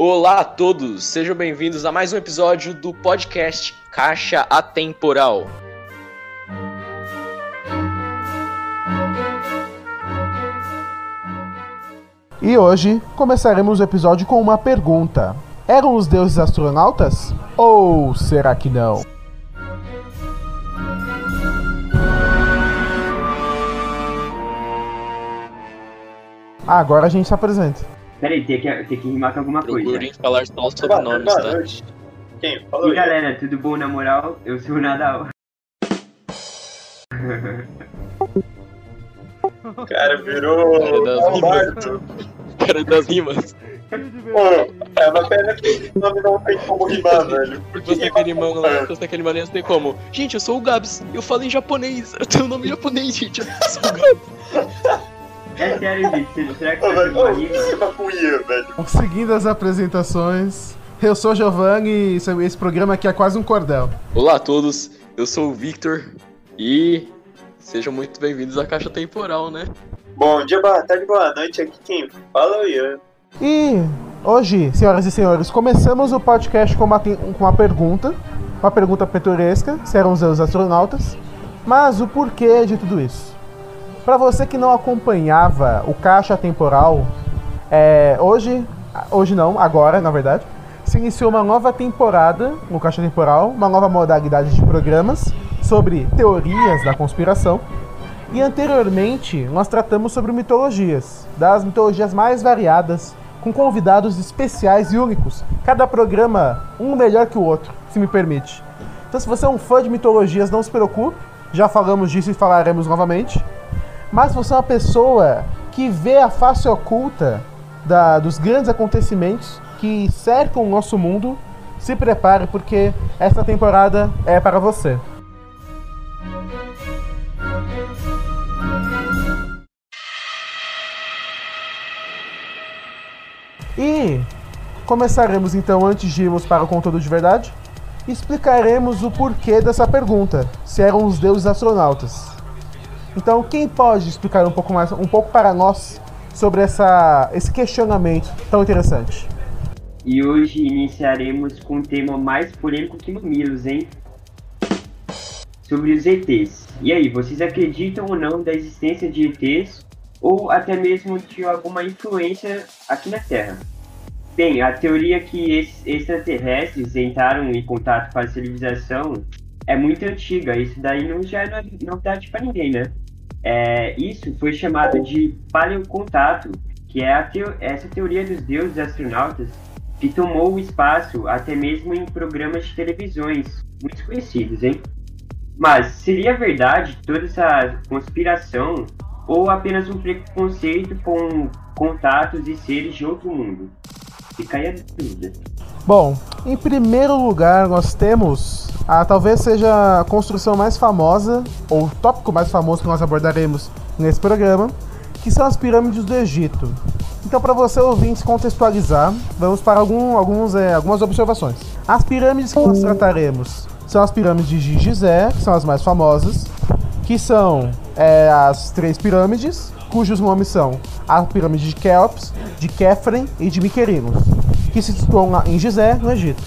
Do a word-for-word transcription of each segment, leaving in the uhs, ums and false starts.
Olá a todos, sejam bem-vindos a mais um episódio do podcast Caixa Atemporal. E hoje começaremos o episódio com uma pergunta: eram os deuses astronautas? Ou será que não? Ah, agora a gente se apresenta. Peraí, tem que, tem que rimar com alguma coisa. Procurem falar só os sobrenomes, tá? Quem? Falou E aí. galera, tudo bom? Na moral, eu sou o Nadal. O cara virou Cara das Lombardo. Cara das rimas. Pô, é uma pena que esse nome não tem como rimar, velho. Porque Você aquele mano lá, você aquele mano, não tem como. Gente, eu sou o Gabs, eu falo em japonês, eu tenho um nome japonês, gente, eu sou o Gabs. É sério, gente, será que Ô, tá velho, sendo ô, uma que rima? rima com I, velho. Seguindo as apresentações, eu sou o Giovanni e esse- esse programa aqui é quase um cordel. Olá a todos, eu sou o Victor e sejam muito bem-vindos à Caixa Temporal, né? Bom dia, boa tarde, boa noite. Aqui quem fala é o Ian. E hoje, senhoras e senhores, começamos o podcast com uma, te- com uma pergunta, uma pergunta pitoresca, se eram os deuses astronautas, mas o porquê de tudo isso? Para você que não acompanhava o Caixa Temporal, é, hoje, hoje não, agora na verdade, se iniciou uma nova temporada no Caixa Temporal, uma nova modalidade de programas sobre teorias da conspiração. E anteriormente nós tratamos sobre mitologias, das mitologias mais variadas, com convidados especiais e únicos. Cada programa um melhor que o outro, se me permite. Então se você é um fã de mitologias, não se preocupe, já falamos disso e falaremos novamente. Mas se você é uma pessoa que vê a face oculta da, dos grandes acontecimentos que cercam o nosso mundo, se prepare porque essa temporada é para você. E começaremos então, antes de irmos para o conteúdo de verdade, explicaremos o porquê dessa pergunta, se eram os deuses astronautas. Então, quem pode explicar um pouco mais, um pouco para nós sobre essa, esse questionamento tão interessante? E hoje iniciaremos com um tema mais polêmico que mamilos, hein? Sobre os E Tês. E aí, vocês acreditam ou não da existência de E Tês? Ou até mesmo de alguma influência aqui na Terra? Bem, a teoria que esses extraterrestres entraram em contato com a civilização é muito antiga. Isso daí não já é novidade para ninguém, né? É, isso foi chamado de paleocontato, que é a teo- essa teoria dos deuses astronautas que tomou o espaço até mesmo em programas de televisões muito conhecidos, hein? Mas seria verdade toda essa conspiração ou apenas um preconceito com contatos e seres de outro mundo? Fica aí a dúvida. Bom, em primeiro lugar nós temos a talvez seja a construção mais famosa, ou o tópico mais famoso que nós abordaremos nesse programa, que são as pirâmides do Egito. Então, para você ouvinte contextualizar, vamos para algum, alguns, é, algumas observações. As pirâmides que nós trataremos são as pirâmides de Gizé, que são as mais famosas, que são é, as três pirâmides, cujos nomes são a pirâmide de Quéops, de Quefren e de Miquerinos, que se situam lá em Gizé, no Egito.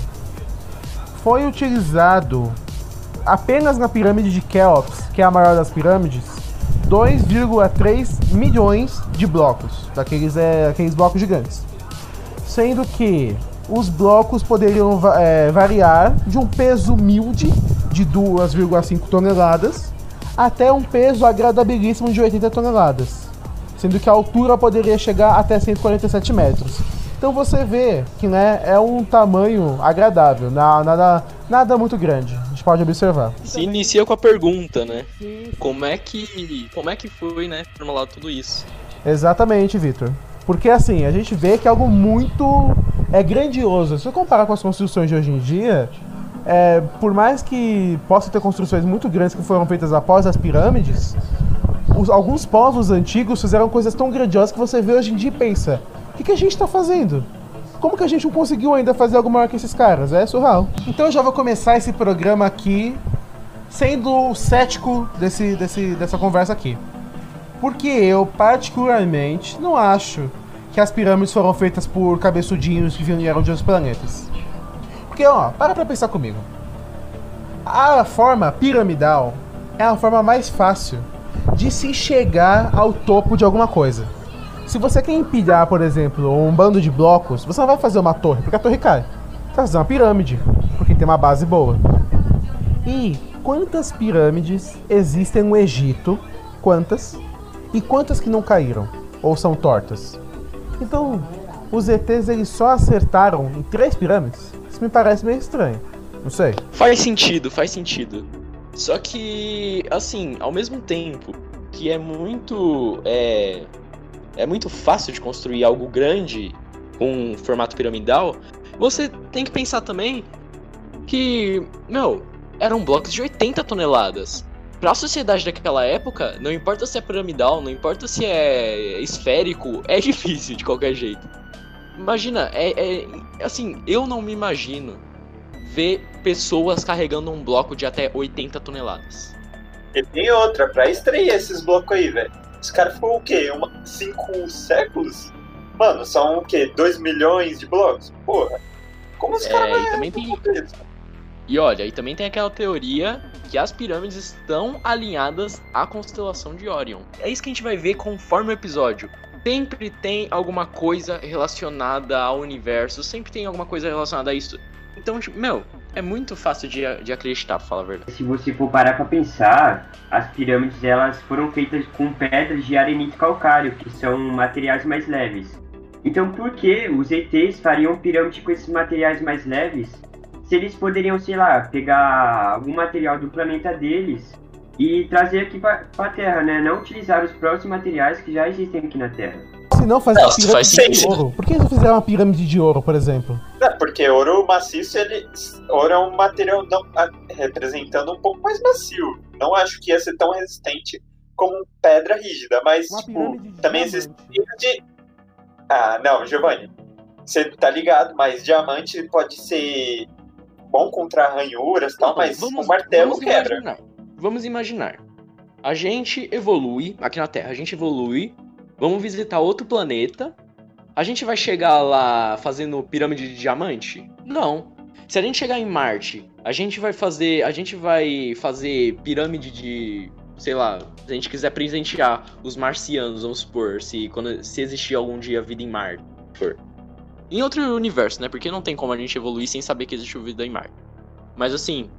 Foi utilizado apenas na pirâmide de Quéops, que é a maior das pirâmides, dois vírgula três milhões de blocos, daqueles é, aqueles blocos gigantes. Sendo que os blocos poderiam é, variar de um peso humilde de duas vírgula cinco toneladas até um peso agradabilíssimo de oitenta toneladas, sendo que a altura poderia chegar até cento e quarenta e sete metros. Então você vê que, né, é um tamanho agradável, na- nada, nada muito grande, a gente pode observar. Se inicia com a pergunta, né? Como é que, como é que foi, né, formulado tudo isso? Exatamente, Victor. Porque assim, a gente vê que é algo muito é grandioso. Se você comparar com as construções de hoje em dia, é, por mais que possa ter construções muito grandes que foram feitas após as pirâmides, os- alguns povos antigos fizeram coisas tão grandiosas que você vê hoje em dia e pensa: o que, que a gente está fazendo? Como que a gente não conseguiu ainda fazer algo maior que esses caras? É surreal. Então eu já vou começar esse programa aqui sendo cético desse, desse, dessa conversa aqui. Porque eu particularmente não acho que que as pirâmides foram feitas por cabeçudinhos que vieram de outros planetas. Porque, ó, para pra pensar comigo. A forma piramidal é a forma mais fácil de se chegar ao topo de alguma coisa. Se você quer empilhar, por exemplo, um bando de blocos, você não vai fazer uma torre, porque a torre cai. Você vai fazer uma pirâmide, porque tem uma base boa. E quantas pirâmides existem no Egito? Quantas? E quantas que não caíram? Ou são tortas? Então, os E Tês eles só acertaram em três pirâmides? Isso me parece meio estranho. Não sei. Faz sentido, faz sentido. Só que, assim, ao mesmo tempo que é muito... É, é muito fácil de construir algo grande com formato piramidal, você tem que pensar também que, meu, eram blocos de oitenta toneladas. Pra sociedade daquela época, não importa se é piramidal, não importa se é esférico, é difícil de qualquer jeito. Imagina, é, é assim, eu não me imagino ver pessoas carregando um bloco de até oitenta toneladas. E tem outra, pra extrair esses blocos aí, velho. Os caras ficou o quê? Uma, cinco séculos? Mano, são o quê? dois milhões de blocos? Porra. Como os É, caras e também tem... E olha, e também tem aquela teoria que as pirâmides estão alinhadas à constelação de Orion. É isso que a gente vai ver conforme o episódio. Sempre tem alguma coisa relacionada ao universo, sempre tem alguma coisa relacionada a isso. Então, tipo, meu, é muito fácil de, de acreditar, pra falar a verdade. Se você for parar pra pensar, as pirâmides elas foram feitas com pedras de arenito calcário, que são materiais mais leves. Então por que os E Tês fariam pirâmide com esses materiais mais leves, se eles poderiam, sei lá, pegar algum material do planeta deles e trazer aqui pra, pra Terra, né? Não utilizar os próprios materiais que já existem aqui na Terra. Se não fazer uma Nossa, pirâmide faz de sentido. ouro. Por que eles não fizeram uma pirâmide de ouro, por exemplo? Não, porque ouro maciço, ele. Ouro é um material não, a, representando um pouco mais macio. Não acho que ia ser tão resistente como pedra rígida, mas Uma tipo, pirâmide de também diamante. existe de. Ah, não, Giovanni. Você tá ligado, mas diamante pode ser bom contra ranhuras e tal, mas o martelo vamos quebra. Imaginar, vamos imaginar. A gente evolui, aqui na Terra, a gente evolui, vamos visitar outro planeta. A gente vai chegar lá fazendo pirâmide de diamante? Não. Se a gente chegar em Marte, a gente vai fazer, a gente vai fazer pirâmide de, sei lá, se a gente quiser presentear os marcianos, vamos supor, se, quando, se existir algum dia vida em Marte. For. Em outro universo, né? Porque não tem como a gente evoluir sem saber que existe vida em Marte. Mas assim,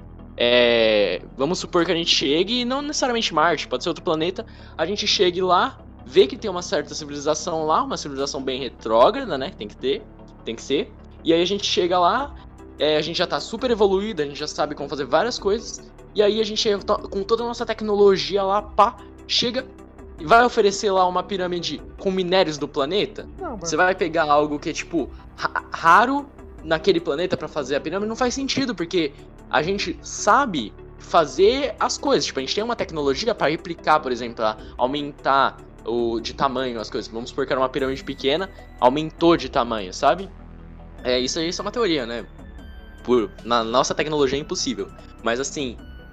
é... vamos supor que a gente chegue, não necessariamente Marte, pode ser outro planeta, a gente chegue lá, vê que tem uma certa civilização lá, uma civilização bem retrógrada, né? Tem que ter, tem que ser. E aí a gente chega lá, é, a gente já tá super evoluído, a gente já sabe como fazer várias coisas. E aí a gente chega com toda a nossa tecnologia lá, pá, chega e vai oferecer lá uma pirâmide com minérios do planeta. Não, Você vai pegar algo que é, tipo, ra- raro naquele planeta pra fazer a pirâmide, não faz sentido, porque a gente sabe fazer as coisas. Tipo, a gente tem uma tecnologia pra replicar, por exemplo, pra aumentar o, de tamanho as coisas. Vamos supor que era uma pirâmide pequena, aumentou de tamanho, sabe? É, isso aí isso é uma teoria, né? Por, na nossa tecnologia é impossível. Mas assim,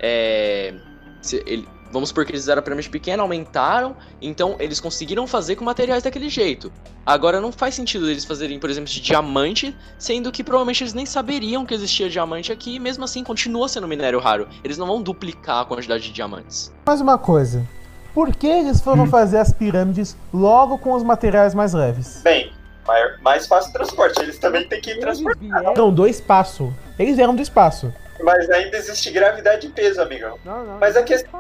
é, se ele, vamos supor que eles fizeram a pirâmide pequena, aumentaram, então eles conseguiram fazer com materiais daquele jeito. Agora não faz sentido eles fazerem, por exemplo, de diamante, sendo que provavelmente eles nem saberiam que existia diamante aqui, e mesmo assim continua sendo minério raro. Eles não vão duplicar a quantidade de diamantes. Mais uma coisa. Por que eles foram Hum. fazer as pirâmides logo com os materiais mais leves? Bem, maior, mais fácil transporte. Eles também têm que Eles transportar. vieram do espaço. Eles vieram do espaço. Mas ainda existe gravidade e peso, amigão. Não, não, Mas a questão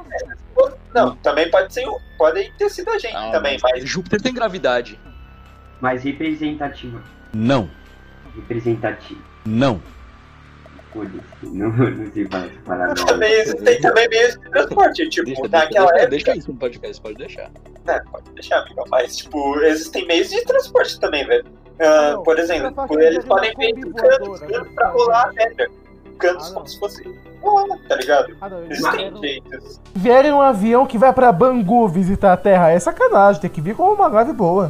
Não, também pode ser. Podem ter sido a gente Ah, também, mas. Júpiter tem gravidade. Mas representativa. Não, Representativa. não. Foda-se. Não, não sei falar essa palavra. Também existem também meios de transporte. Tipo, Deixa, naquela deixa, época. deixa isso no podcast, pode deixar. É, pode deixar, amigão. Mas, tipo, existem meios de transporte também, velho. Ah, Não, por exemplo, eu faço eles uma podem vir Kombi com canos, voadora, canos né? pra rolar a pedra. Canos Ah, não. como se fosse. rolar, tá ligado? Ah, não, eles Existem vieram, jeitos. vieram um avião que vai pra Bangu visitar a Terra. É sacanagem, tem que vir com uma nave boa.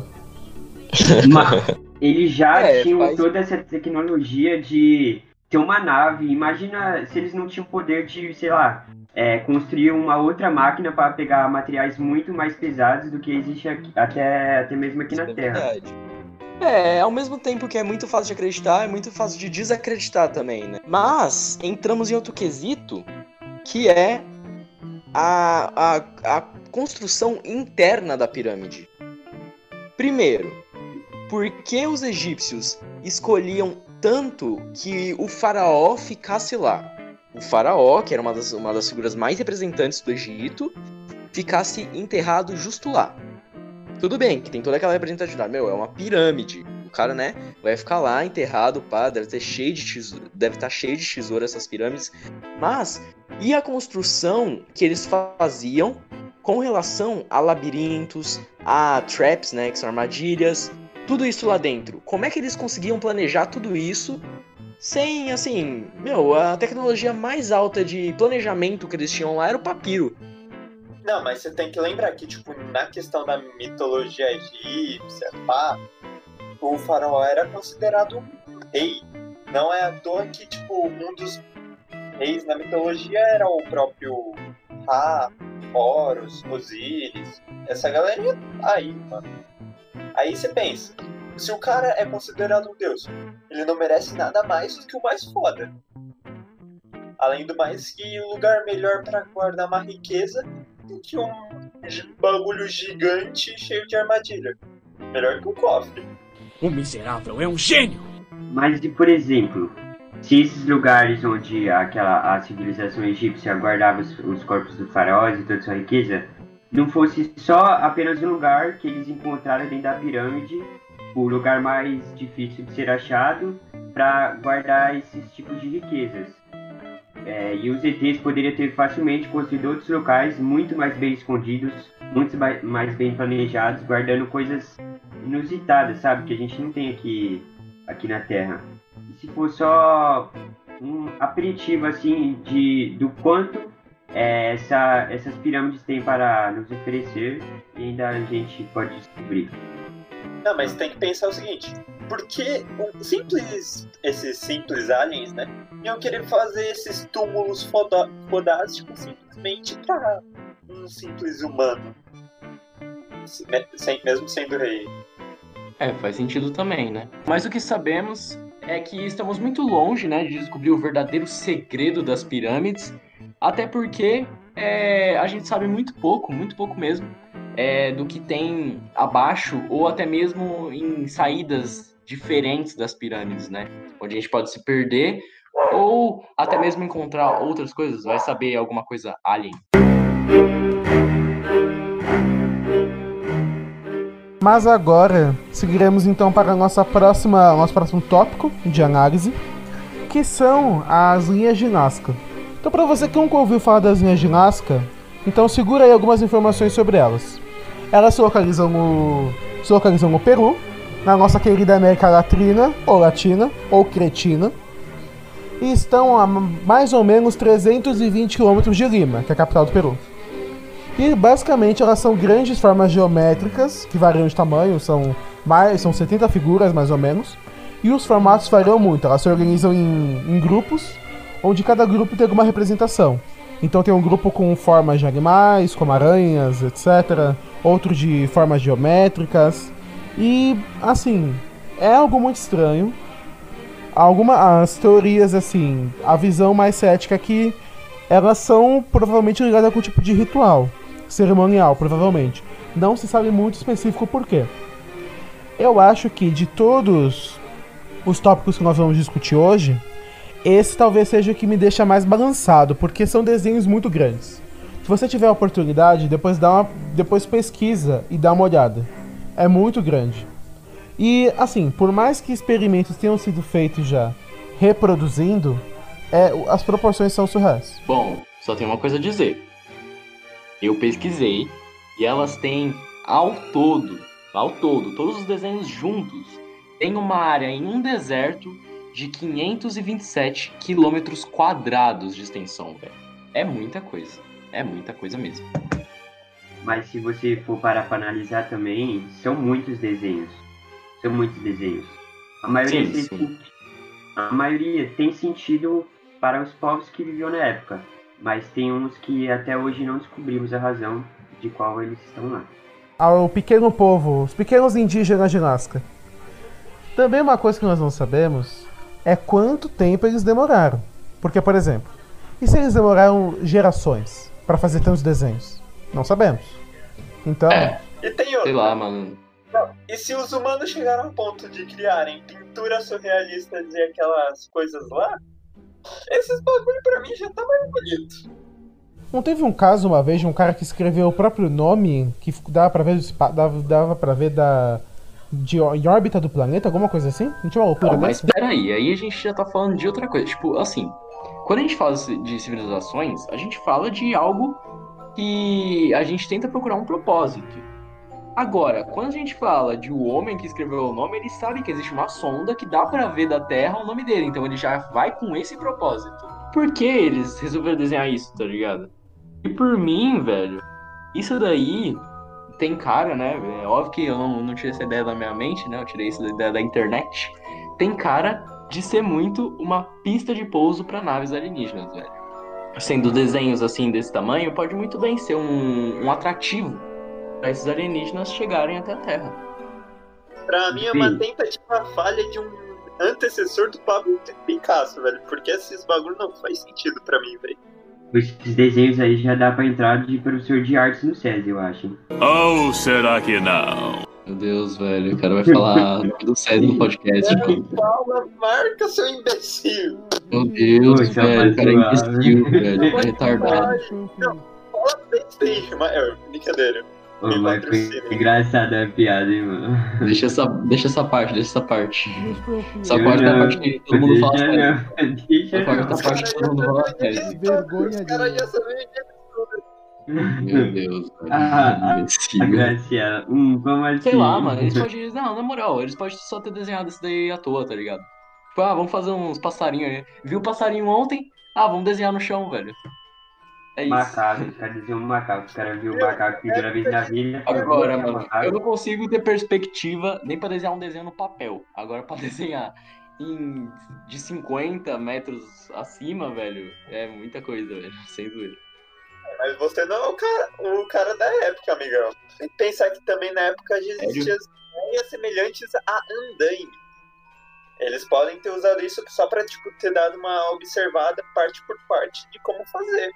Mas eles já É, tinham faz- toda essa tecnologia de ter uma nave. Imagina se eles não tinham poder de, sei lá, é, construir uma outra máquina para pegar materiais muito mais pesados do que existe aqui, até, até mesmo aqui na Isso é Terra. verdade. É, ao mesmo tempo que é muito fácil de acreditar, é muito fácil de desacreditar também, né? Mas entramos em outro quesito, que é a, a, a construção interna da pirâmide. Primeiro, por que os egípcios escolhiam tanto que o faraó ficasse lá? O faraó, que era uma das, uma das figuras mais representantes do Egito, ficasse enterrado justo lá. Tudo bem, que tem toda aquela representatividade. Meu, é uma pirâmide. O cara, né, vai ficar lá enterrado, pá, deve ter cheio de tesouro, deve estar cheio de tesouro essas pirâmides. Mas, e a construção que eles faziam com relação a labirintos, a traps, né, que são armadilhas, tudo isso lá dentro? Como é que eles conseguiam planejar tudo isso sem, assim, meu, a tecnologia mais alta de planejamento que eles tinham lá era o papiro. Não, mas você tem que lembrar que, tipo, na questão da mitologia egípcia, pá, o faraó era considerado um rei. Não é à toa que, tipo, um dos reis na mitologia era o próprio Ra, Horus, Osíris. Essa galerinha aí, mano. Aí você pensa, se o cara é considerado um deus, ele não merece nada mais do que o mais foda. Além do mais, que o lugar melhor pra guardar uma riqueza do que um bagulho gigante cheio de armadilha. Melhor que um cofre. O miserável é um gênio! Mas, e, por exemplo, se esses lugares onde aquela, a civilização egípcia guardava os, os corpos do faraó e toda sua riqueza, não fosse só apenas um lugar que eles encontraram dentro da pirâmide, o lugar mais difícil de ser achado, para guardar esses tipos de riquezas. É, e os E Tês poderiam ter facilmente construído outros locais muito mais bem escondidos, muito mais bem planejados, guardando coisas inusitadas, sabe? Que a gente não tem aqui, aqui na Terra. E se for só um aperitivo, assim, de, do quanto é, essa, essas pirâmides têm para nos oferecer, e ainda a gente pode descobrir. Não, mas tem que pensar o seguinte, por que um simples, esses simples aliens, né, iam querer fazer esses túmulos foda, fodásticos simplesmente para um simples humano, sem, mesmo sendo rei? É, faz sentido também, né? Mas o que sabemos é que estamos muito longe, né, de descobrir o verdadeiro segredo das pirâmides, até porque é, a gente sabe muito pouco, muito pouco mesmo, É, do que tem abaixo ou até mesmo em saídas diferentes das pirâmides, né? Onde a gente pode se perder ou até mesmo encontrar outras coisas, vai saber alguma coisa alien. Mas agora seguiremos então para a nossa próxima, nosso próximo tópico de análise, que são as linhas de Nazca. Então, para você que nunca ouviu falar das linhas de Nazca, então segura aí algumas informações sobre elas. Elas se localizam no, se localizam no Peru, na nossa querida América Latina, ou Latina, ou Cretina, e estão a mais ou menos trezentos e vinte quilômetros de Lima, que é a capital do Peru. E basicamente elas são grandes formas geométricas, que variam de tamanho, são, mais, são setenta figuras mais ou menos, e os formatos variam muito, elas se organizam em, em grupos, onde cada grupo tem alguma representação. Então tem um grupo com formas de animais, como aranhas, etcétera. Outro de formas geométricas. E, assim, é algo muito estranho. Algumas as teorias, assim, a visão mais cética é que elas são provavelmente ligadas a algum tipo de ritual cerimonial, provavelmente. Não se sabe muito específico por quê. Eu acho que de todos os tópicos que nós vamos discutir hoje, esse talvez seja o que me deixa mais balançado, porque são desenhos muito grandes. Se você tiver a oportunidade, depois, dá uma, depois pesquisa e dá uma olhada. É muito grande. E, assim, por mais que experimentos tenham sido feitos já reproduzindo, é, as proporções são surreais. Bom, só tem uma coisa a dizer. Eu pesquisei e elas têm ao todo, ao todo, todos os desenhos juntos, tem uma área em um deserto de quinhentos e vinte e sete quilômetros quadrados de extensão, velho. É muita coisa. É muita coisa mesmo. Mas se você for parar para analisar também, são muitos desenhos. São muitos desenhos. A maioria, sim, tem, sim. a maioria tem sentido para os povos que viviam na época. Mas tem uns que até hoje não descobrimos a razão de qual eles estão lá. Ao pequeno povo, os pequenos indígenas de Nazca. Também uma coisa que nós não sabemos é quanto tempo eles demoraram. Porque, por exemplo, e se eles demoraram gerações pra fazer tantos desenhos? Não sabemos. Então... É, E tem outra. sei lá, mano. Não, e se os humanos chegaram ao ponto de criarem pinturas surrealistas e aquelas coisas lá, esses bagulho pra mim já tá mais bonito. Não teve um caso uma vez de um cara que escreveu o próprio nome, que dava pra ver, do espa- dava, dava pra ver da, de, em órbita do planeta, alguma coisa assim? Não tinha uma loucura Não, mas dessa? peraí, aí a gente já tá falando de outra coisa. Tipo, assim, quando a gente fala de civilizações, a gente fala de algo que a gente tenta procurar um propósito. Agora, quando a gente fala de o homem que escreveu o nome, ele sabe que existe uma sonda que dá pra ver da Terra o nome dele, então ele já vai com esse propósito. Por que eles resolveram desenhar isso, tá ligado? E por mim, velho, isso daí tem cara, né? É óbvio que eu não, não tirei essa ideia da minha mente, né? Eu tirei essa ideia da internet. Tem cara de ser muito uma pista de pouso pra naves alienígenas, velho. Sendo desenhos assim desse tamanho, pode muito bem ser um, um atrativo pra esses alienígenas chegarem até a Terra. Pra mim é uma tentativa falha de um antecessor do Pablo Picasso, velho. Porque esses bagulho não faz sentido pra mim, velho. Esses desenhos aí já dá pra entrar de professor de artes no SESI, eu acho. Ou será que não? Meu Deus, velho, o cara vai falar do sério no podcast, mano. Paula, marca, seu imbecil. Meu Deus, Poxa, velho, o cara é mas imbecil, velho, é retardado. Fala PlayStation, mas é brincadeira. Ô, Me mas foi patrocina. engraçada a piada, hein, mano. Deixa essa, deixa essa parte, deixa essa parte. Essa Eu parte é a não, parte que todo mundo fala deixa sério. não, deixa Essa parte é não. a parte que todo mundo fala sério. Vergonha Os caras de... já sabiam disso. Meu Deus, velho, Ah, A imbecil. Graciela, hum, como assim? Sei lá, mano, eles podem. Não, na moral, eles podem só ter desenhado isso daí à toa, tá ligado? Tipo, ah, vamos fazer uns passarinhos aí. Viu o passarinho ontem? Ah, vamos desenhar no chão, velho. É isso. Macaco, os caras diziam um macaco, os caras viram o macaco a primeira vez na vida. Agora, é mano, macaco. eu não consigo ter perspectiva nem pra desenhar um desenho no papel. Agora, pra desenhar em, de cinquenta metros acima, velho, é muita coisa, velho, sem zoeira. Mas você não é o cara, o cara da época, amigão. Tem que pensar que também na época já existiam ideias semelhantes a andaime. Eles podem ter usado isso só pra, tipo, ter dado uma observada parte por parte de como fazer.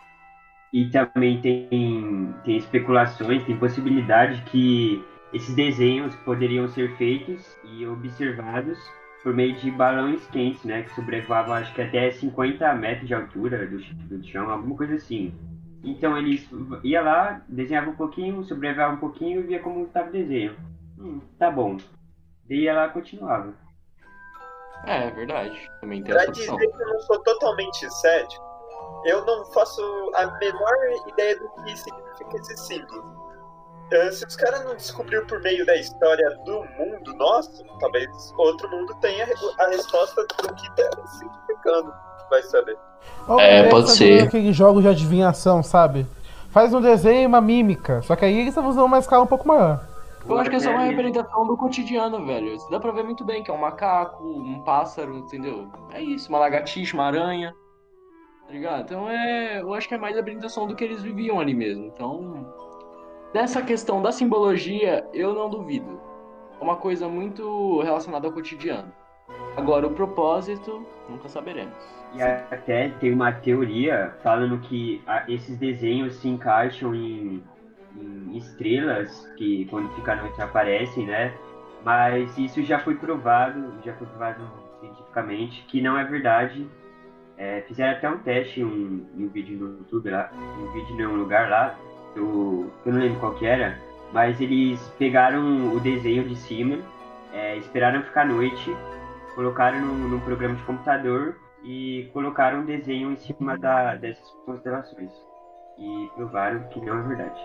E também tem, tem especulações, tem possibilidade que esses desenhos poderiam ser feitos e observados por meio de balões quentes, né? Que sobrevoavam acho que até cinquenta metros de altura do, do chão, alguma coisa assim. Então eles iam lá, desenhavam um pouquinho, sobrevoavam um pouquinho e via como estava o desenho. Hum, tá bom. Daí ia lá e continuava. É, é verdade. Também tem Pra essa dizer opção. que eu não sou totalmente cético, eu não faço a menor ideia do que significa esse símbolo. Uh, se os caras não descobriram por meio da história do mundo nosso, talvez outro mundo tenha a resposta do que tá significando. Vai saber. Ou É, eles pode tá ser. jogando aqueles jogos de adivinhação, sabe? Faz um desenho e uma mímica. Só que aí eles estão usando uma escala um pouco maior. Eu acho que é só uma representação do cotidiano, velho. Dá pra ver muito bem que é um macaco, um pássaro, entendeu? É isso, uma lagartixa, uma aranha. Tá ligado? Então é. Eu acho que é mais a representação do que eles viviam ali mesmo. Então. Dessa questão da simbologia, eu não duvido. É uma coisa muito relacionada ao cotidiano. Agora, o propósito, nunca saberemos. E até tem uma teoria falando que ah, esses desenhos se encaixam em, em estrelas que quando fica à noite aparecem, né? Mas isso já foi provado, já foi provado cientificamente que não é verdade. É, fizeram até um teste, um, um vídeo no YouTube lá, um vídeo em um lugar lá, eu, eu não lembro qual que era, mas eles pegaram o desenho de cima, é, esperaram ficar noite, colocaram num, num programa de computador e colocaram um desenho em cima da, dessas constelações. E provaram que não é verdade.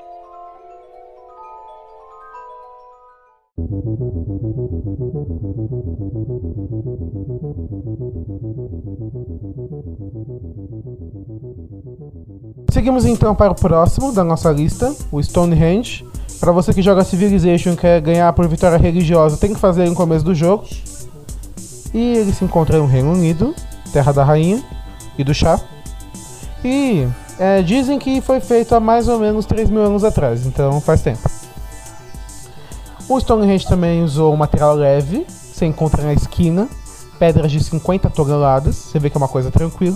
Seguimos então para o próximo da nossa lista, o Stonehenge. Para você que joga Civilization e quer ganhar por vitória religiosa, tem que fazer no começo do jogo. E ele se encontra no Reino Unido, terra da rainha e do chá. E é, dizem que foi feito há mais ou menos três mil anos atrás, então faz tempo. O Stonehenge também usou um material leve, você encontra na esquina pedras de cinquenta toneladas, você vê que é uma coisa tranquila.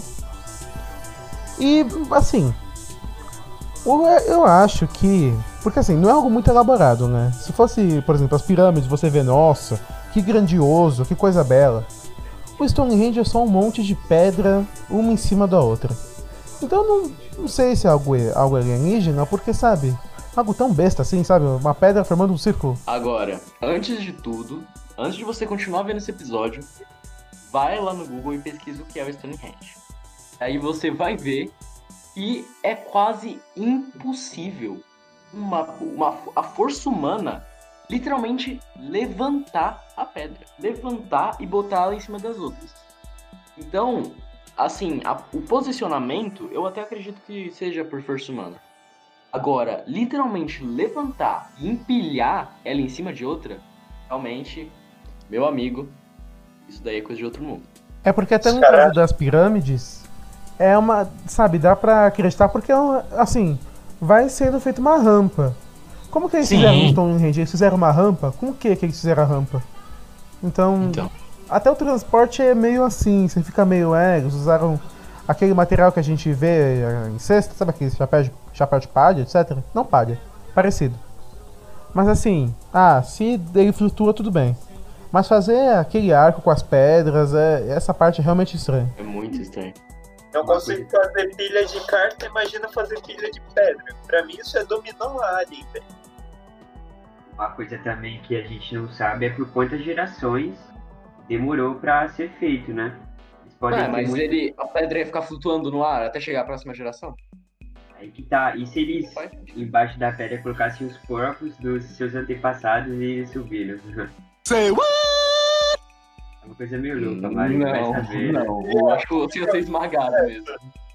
E, assim, eu acho que... Porque, assim, não é algo muito elaborado, né? Se fosse, por exemplo, as pirâmides, você vê, nossa, que grandioso, que coisa bela. O Stonehenge é só um monte de pedra, uma em cima da outra. Então, não, não sei se é algo, algo alienígena, porque, sabe, algo tão besta assim, sabe? Uma pedra formando um círculo. Agora, antes de tudo, antes de você continuar vendo esse episódio, vai lá no Google e pesquisa o que é o Stonehenge. Aí você vai ver que é quase impossível uma, uma, a força humana literalmente levantar a pedra. Levantar e botar ela em cima das outras. Então, assim, a, o posicionamento, eu até acredito que seja por força humana. Agora, literalmente levantar e empilhar ela em cima de outra, realmente, meu amigo, isso daí é coisa de outro mundo. É porque até no caso das pirâmides, é uma, sabe, dá pra acreditar porque, assim, vai sendo feita uma rampa. Como que eles Sim. fizeram no Stonehenge? Eles fizeram uma rampa? Com o que que eles fizeram a rampa? Então, então, até o transporte é meio assim, você fica meio, é, eles usaram aquele material que a gente vê em cesta, sabe aquele chapéu de, chapéu de palha, etcétera. Não palha, parecido. Mas assim, ah, se ele flutua, tudo bem. Mas fazer aquele arco com as pedras, é, essa parte é realmente estranha. É muito estranho. Não consigo fazer pilha de carta, imagina fazer pilha de pedra. Pra mim isso é dominó alien, velho. Uma coisa também que a gente não sabe é por quantas gerações demorou pra ser feito, né? Ah, mas muito... ele, a pedra ia ficar flutuando no ar até chegar à próxima geração? Aí que tá. E se eles embaixo da pedra colocassem os corpos dos seus antepassados e subiram? Say what? É uma coisa meio louca, Mário. Não, vai saber. Não, eu acho que você ia ser esmagado mesmo.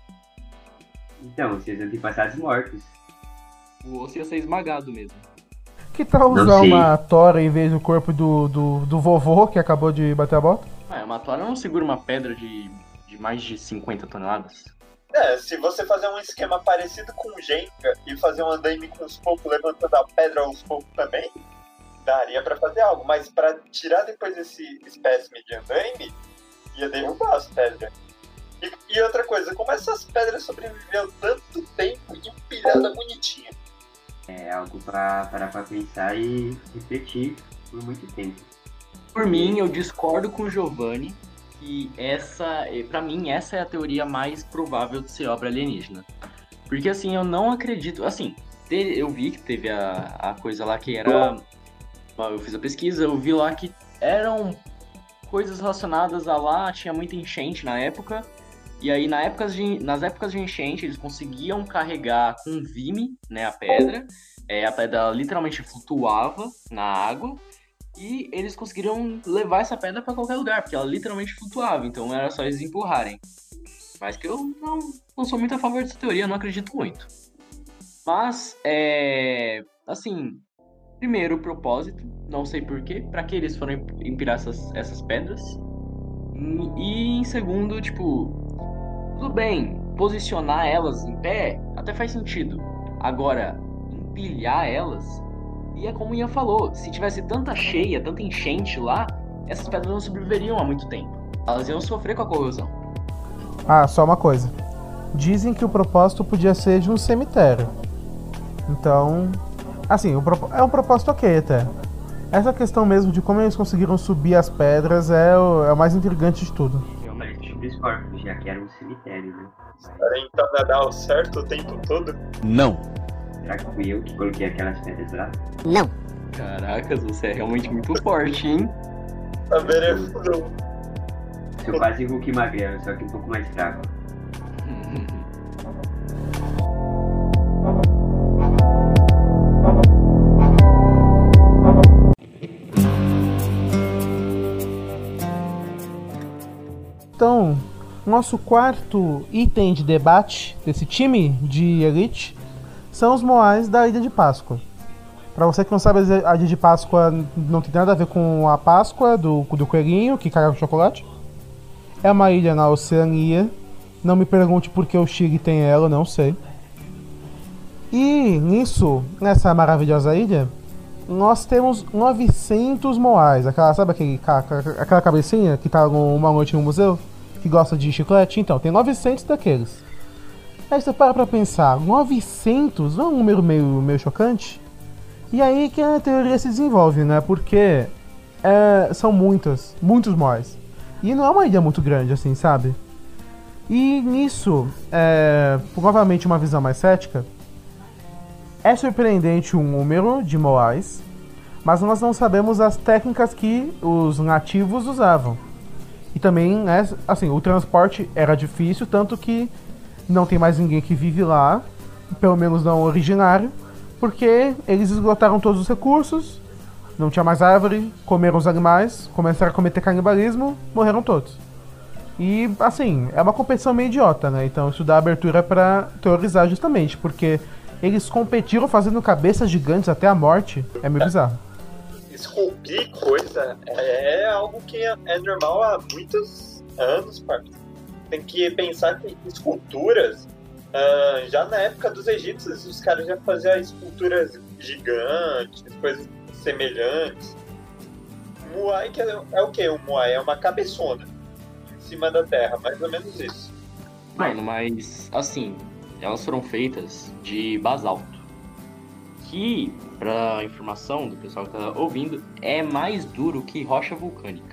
Então, seus antepassados mortos. Você ia ser esmagado mesmo. Que tal usar uma tora em vez do corpo do, do, do vovô que acabou de bater a bota? Ah, uma tora não segura uma pedra de, de mais de cinquenta toneladas? É, se você fazer um esquema parecido com o Jenga e fazer um andaime com os poucos levantando a pedra aos poucos também, daria pra fazer algo, mas pra tirar depois esse espécime de andaime, ia derrubar as pedras. E, e outra coisa, como essas pedras sobreviveram tanto tempo empilhada bonitinha? É algo pra parar pra pensar e refletir por muito tempo. Por mim, eu discordo com o Giovanni que essa, pra mim, essa é a teoria mais provável de ser obra alienígena. Porque assim, eu não acredito, assim, eu vi que teve a, a coisa lá que era, eu fiz a pesquisa, eu vi lá que eram coisas relacionadas a lá, tinha muita enchente na época, e aí na época de, nas épocas de enchente eles conseguiam carregar com vime, né, a pedra, é, a pedra literalmente flutuava na água, e eles conseguiram levar essa pedra para qualquer lugar, porque ela literalmente flutuava, então era só eles empurrarem. Mas que eu não, não sou muito a favor dessa teoria, eu não acredito muito. Mas, é... assim, primeiro, o propósito, não sei porquê, para que eles foram empilhar essas, essas pedras. E em segundo, tipo, tudo bem, posicionar elas em pé até faz sentido. Agora, empilhar elas... E é como o Ian falou, se tivesse tanta cheia, tanta enchente lá, essas pedras não sobreviveriam há muito tempo. Elas iam sofrer com a corrosão. Ah, só uma coisa. Dizem que o propósito podia ser de um cemitério. Então, assim, o pro... é um propósito ok até. Essa questão mesmo de como eles conseguiram subir as pedras é o, é o mais intrigante de tudo. Realmente dos corpos, já que era um cemitério, né? Então vai dar certo o tempo todo? Não. Será que fui eu que coloquei aquelas pedras lá? Não. Caracas, você é realmente muito forte, hein? A Berefuru. Sou quase Hulk magrelo, só que um pouco mais fraco. Então, nosso quarto item de debate desse time de elite são os moais da Ilha de Páscoa. Pra você que não sabe, a Ilha de Páscoa não tem nada a ver com a Páscoa do, do coelhinho que caiu com chocolate. É uma ilha na Oceania. Não me pergunte por que o Chile tem ela, não sei. E nisso, nessa maravilhosa ilha, nós temos novecentos moais. Aquela, sabe aquele, aquela cabecinha que tá uma noite no museu? Que gosta de chiclete? Então, tem novecentos daqueles. Aí você para pra pensar, novecentos não é um número meio, meio chocante? E aí que a teoria se desenvolve, né? Porque é, são muitas, muitos moais. E não é uma ilha muito grande, assim, sabe? E nisso, é, novamente uma visão mais cética, é surpreendente o número de moais, mas nós não sabemos as técnicas que os nativos usavam. E também, né, assim, o transporte era difícil, tanto que não tem mais ninguém que vive lá, pelo menos não originário, porque eles esgotaram todos os recursos, não tinha mais árvore, comeram os animais, começaram a cometer canibalismo, morreram todos. E, assim, é uma competição meio idiota, né? Então isso dá abertura pra teorizar justamente, porque eles competiram fazendo cabeças gigantes até a morte, é meio bizarro. Esculpir coisa é algo que é normal há muitos anos, parceiro. Tem que pensar que esculturas, uh, já na época dos egípcios, os caras já faziam esculturas gigantes, coisas semelhantes. Moai que é, é o que? O Moai é uma cabeçona em cima da terra, mais ou menos isso. Mano, mas assim, elas foram feitas de basalto, que, pra informação do pessoal que tá ouvindo, é mais duro que rocha vulcânica.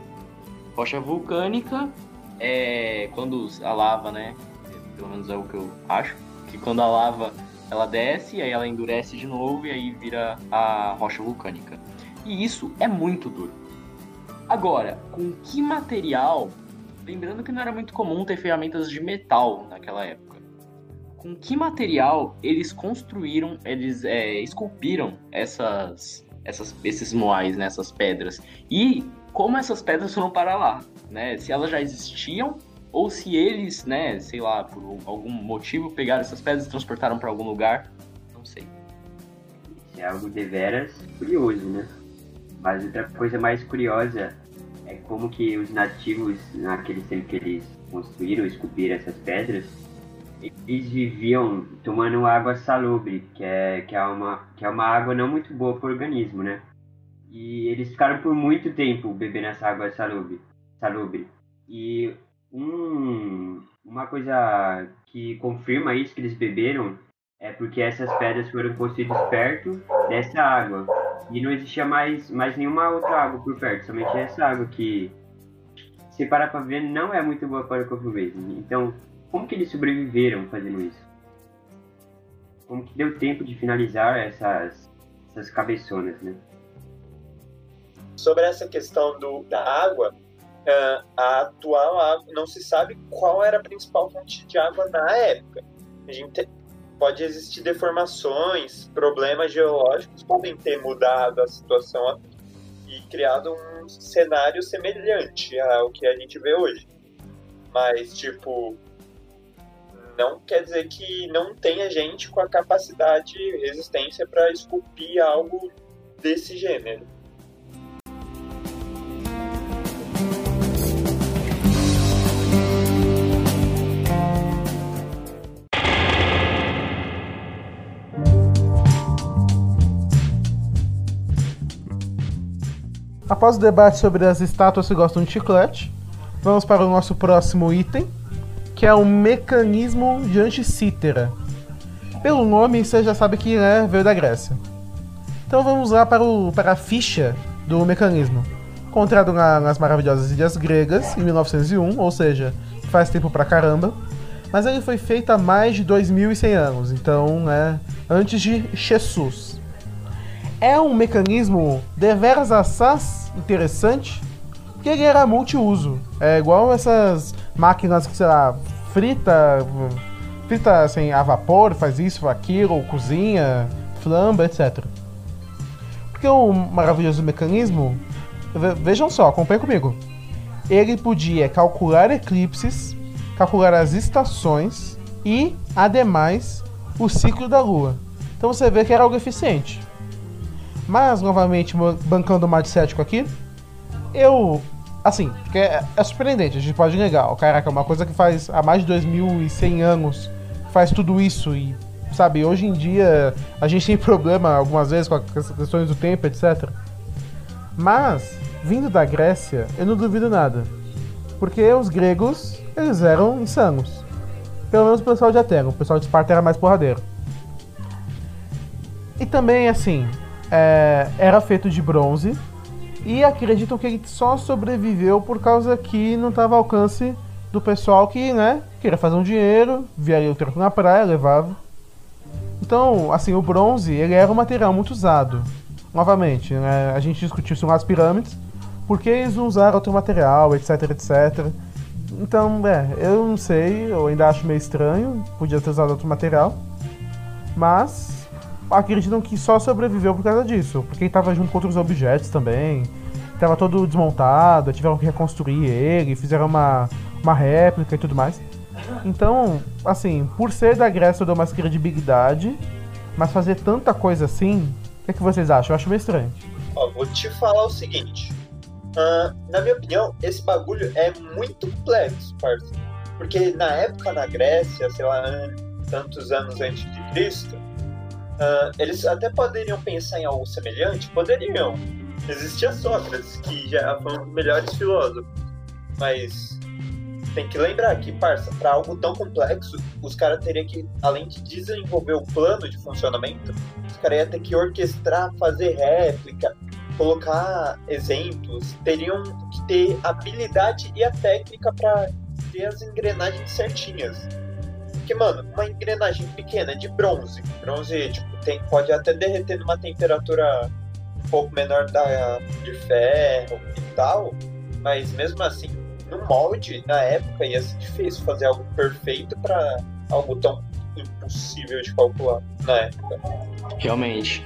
Rocha vulcânica é quando a lava, né, pelo menos é o que eu acho, que quando a lava ela desce, aí ela endurece de novo e aí vira a rocha vulcânica. E isso é muito duro. Agora, com que material? Lembrando que não era muito comum ter ferramentas de metal naquela época. Com que material eles construíram, eles é, esculpiram essas, essas, esses moais, né, essas pedras? E como essas pedras foram para lá? Né? Se elas já existiam ou se eles, né, sei lá, por algum motivo pegaram essas pedras e transportaram para algum lugar, não sei. Isso é algo deveras curioso, né? Mas outra coisa mais curiosa é como que os nativos, naquele tempo que eles construíram, esculpiram essas pedras, eles viviam tomando água salubre, que é, que é, uma, que é uma água não muito boa para o organismo, né? E eles ficaram por muito tempo bebendo essa água salubre. salubre. E um, uma coisa que confirma isso que eles beberam é porque essas pedras foram construídas perto dessa água. E não existia mais, mais nenhuma outra água por perto, somente essa água que, se parar para ver, não é muito boa para o corpo mesmo. Então, como que eles sobreviveram fazendo isso? Como que deu tempo de finalizar essas, essas cabeçonas, né? Sobre essa questão do, da água, uh, a atual água, não se sabe qual era a principal fonte de água na época. A gente pode existir deformações, problemas geológicos podem ter mudado a situação e criado um cenário semelhante ao que a gente vê hoje. Mas, tipo, não quer dizer que não tenha gente com a capacidade e resistência para esculpir algo desse gênero. Após o debate sobre as estátuas que gostam de chiclete, vamos para o nosso próximo item, que é o mecanismo de Anticítera. Pelo nome, você já sabe que, né, veio da Grécia. Então vamos lá para, o, para a ficha do mecanismo. Encontrado na, nas maravilhosas ilhas gregas, em mil novecentos e um, ou seja, faz tempo pra caramba. Mas ele foi feito há mais de dois mil e cem anos, então, né, antes de Jesus. É um mecanismo deveras assaz interessante, porque ele era multiuso. É igual essas máquinas que, sei lá, frita, frita assim, a vapor, faz isso, aquilo, ou cozinha, flamba, etcétera. Porque o maravilhoso mecanismo, vejam só, acompanhem comigo. Ele podia calcular eclipses, calcular as estações e, ademais, o ciclo da Lua. Então você vê que era algo eficiente. Mas, novamente, bancando o mais cético aqui, eu, assim, porque é, é surpreendente, a gente pode negar. Caraca, é uma coisa que faz há mais de dois mil e cem anos, faz tudo isso e sabe, hoje em dia a gente tem problema algumas vezes com as questões do tempo, etcétera. Mas, vindo da Grécia, eu não duvido nada. Porque os gregos, eles eram insanos. Pelo menos o pessoal de Atena, o pessoal de Esparta era mais porradeiro. E também, assim, é, era feito de bronze. E acreditam que ele só sobreviveu por causa que não estava ao alcance do pessoal que, né, queria fazer um dinheiro, via ali o troco na praia, levava. Então, assim, o bronze, ele era um material muito usado. Novamente, né, a gente discutiu sobre as pirâmides, porque eles não usaram outro material, etc, etcétera. Então, é, eu não sei, eu ainda acho meio estranho, podia ter usado outro material. Mas acreditam que só sobreviveu por causa disso, porque ele estava junto com outros objetos também. Estava todo desmontado, tiveram que reconstruir ele, fizeram uma, uma réplica e tudo mais. Então, assim, por ser da Grécia eu dou mais credibilidade, mas fazer tanta coisa assim, o que, é que vocês acham? Eu acho meio estranho. Ó, vou te falar o seguinte. Uh, na minha opinião, esse bagulho é muito complexo, parça. Porque na época na Grécia, sei lá, tantos anos antes de Cristo, uh, eles até poderiam pensar em algo semelhante? Poderiam. Existia Sócrates, que já foi um dos melhores filósofos. Mas tem que lembrar que, parça, para algo tão complexo, os caras teriam que, além de desenvolver o plano de funcionamento, os caras iam ter que orquestrar, fazer réplica, colocar exemplos, teriam que ter a habilidade e a técnica para ter as engrenagens certinhas. Porque, mano, uma engrenagem pequena de bronze, bronze tipo, tem, pode até derreter numa temperatura um pouco menor da, de ferro e tal, mas mesmo assim, no molde, na época, ia ser difícil fazer algo perfeito para algo tão impossível de calcular na época. Realmente.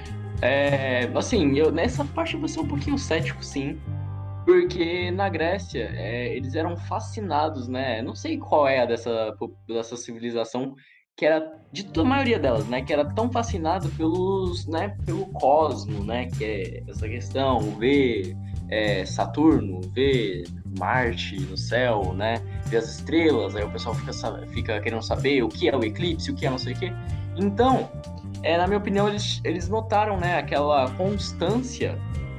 É, assim, eu, nessa parte eu vou ser um pouquinho cético, sim. Porque na Grécia, é, eles eram fascinados, né? Não sei qual é a dessa, dessa civilização, que era, de toda a maioria delas, né? Que era tão fascinado pelos, né, pelo cosmo, né? Que é essa questão, ver é, Saturno, ver Marte no céu, né? Ver as estrelas, aí o pessoal fica, fica querendo saber o que é o eclipse, o que é não sei o quê. Então, é, na minha opinião, eles, eles notaram, né, aquela constância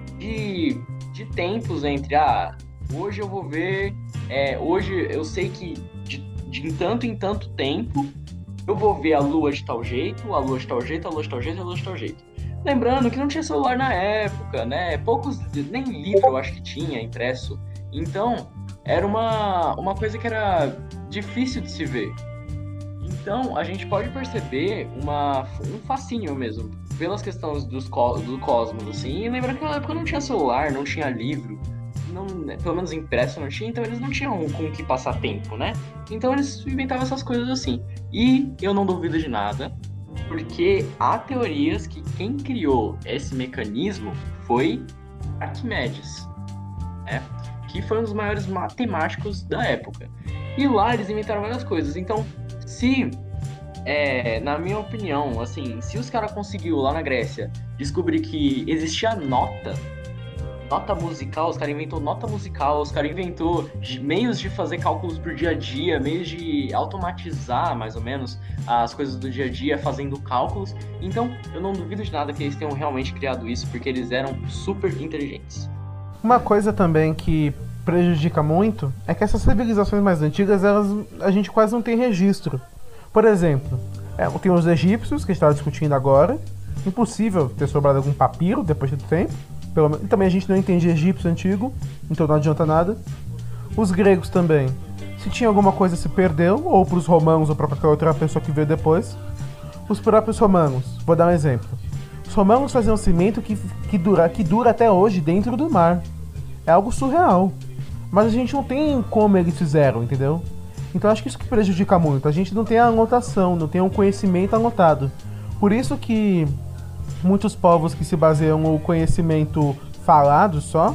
de, de tempos entre, ah, hoje eu vou ver, é, hoje eu sei que de, de em tanto em tanto tempo eu vou ver a lua de tal jeito, a lua de tal jeito, a lua de tal jeito, a lua de tal jeito. Lembrando que não tinha celular na época, né, poucos, nem livro eu acho que tinha impresso, então era uma, uma coisa que era difícil de se ver. Então, a gente pode perceber uma, um fascínio mesmo, pelas questões dos, do cosmos, assim, e lembra que naquela época não tinha celular, não tinha livro, não, pelo menos impresso não tinha, então eles não tinham com o que passar tempo, né? Então eles inventavam essas coisas assim. E eu não duvido de nada, porque há teorias que quem criou esse mecanismo foi Arquimedes, né? Que foi um dos maiores matemáticos da época. E lá eles inventaram várias coisas, então se, é, na minha opinião, assim, se os caras conseguiram lá na Grécia descobrir que existia nota, nota musical, os caras inventou nota musical, os caras inventou meios de fazer cálculos pro dia a dia, meios de automatizar, mais ou menos, as coisas do dia a dia, fazendo cálculos. Então, eu não duvido de nada que eles tenham realmente criado isso, porque eles eram super inteligentes. Uma coisa também que prejudica muito é que essas civilizações mais antigas, elas, a gente quase não tem registro. Por exemplo, é, tem os egípcios, que a gente estava discutindo agora. Impossível ter sobrado algum papiro depois de tempo. Pelo menos, também a gente não entende egípcio antigo, então não adianta nada. Os gregos também. Se tinha alguma coisa, se perdeu, ou para os romanos ou para qualquer outra pessoa que veio depois. Os próprios romanos, vou dar um exemplo. Os romanos faziam cimento que, que, dura, que dura até hoje dentro do mar. É algo surreal. Mas a gente não tem como eles fizeram, entendeu? Então acho que isso que prejudica muito. A gente não tem a anotação, não tem um conhecimento anotado. Por isso que muitos povos que se baseiam no conhecimento falado só,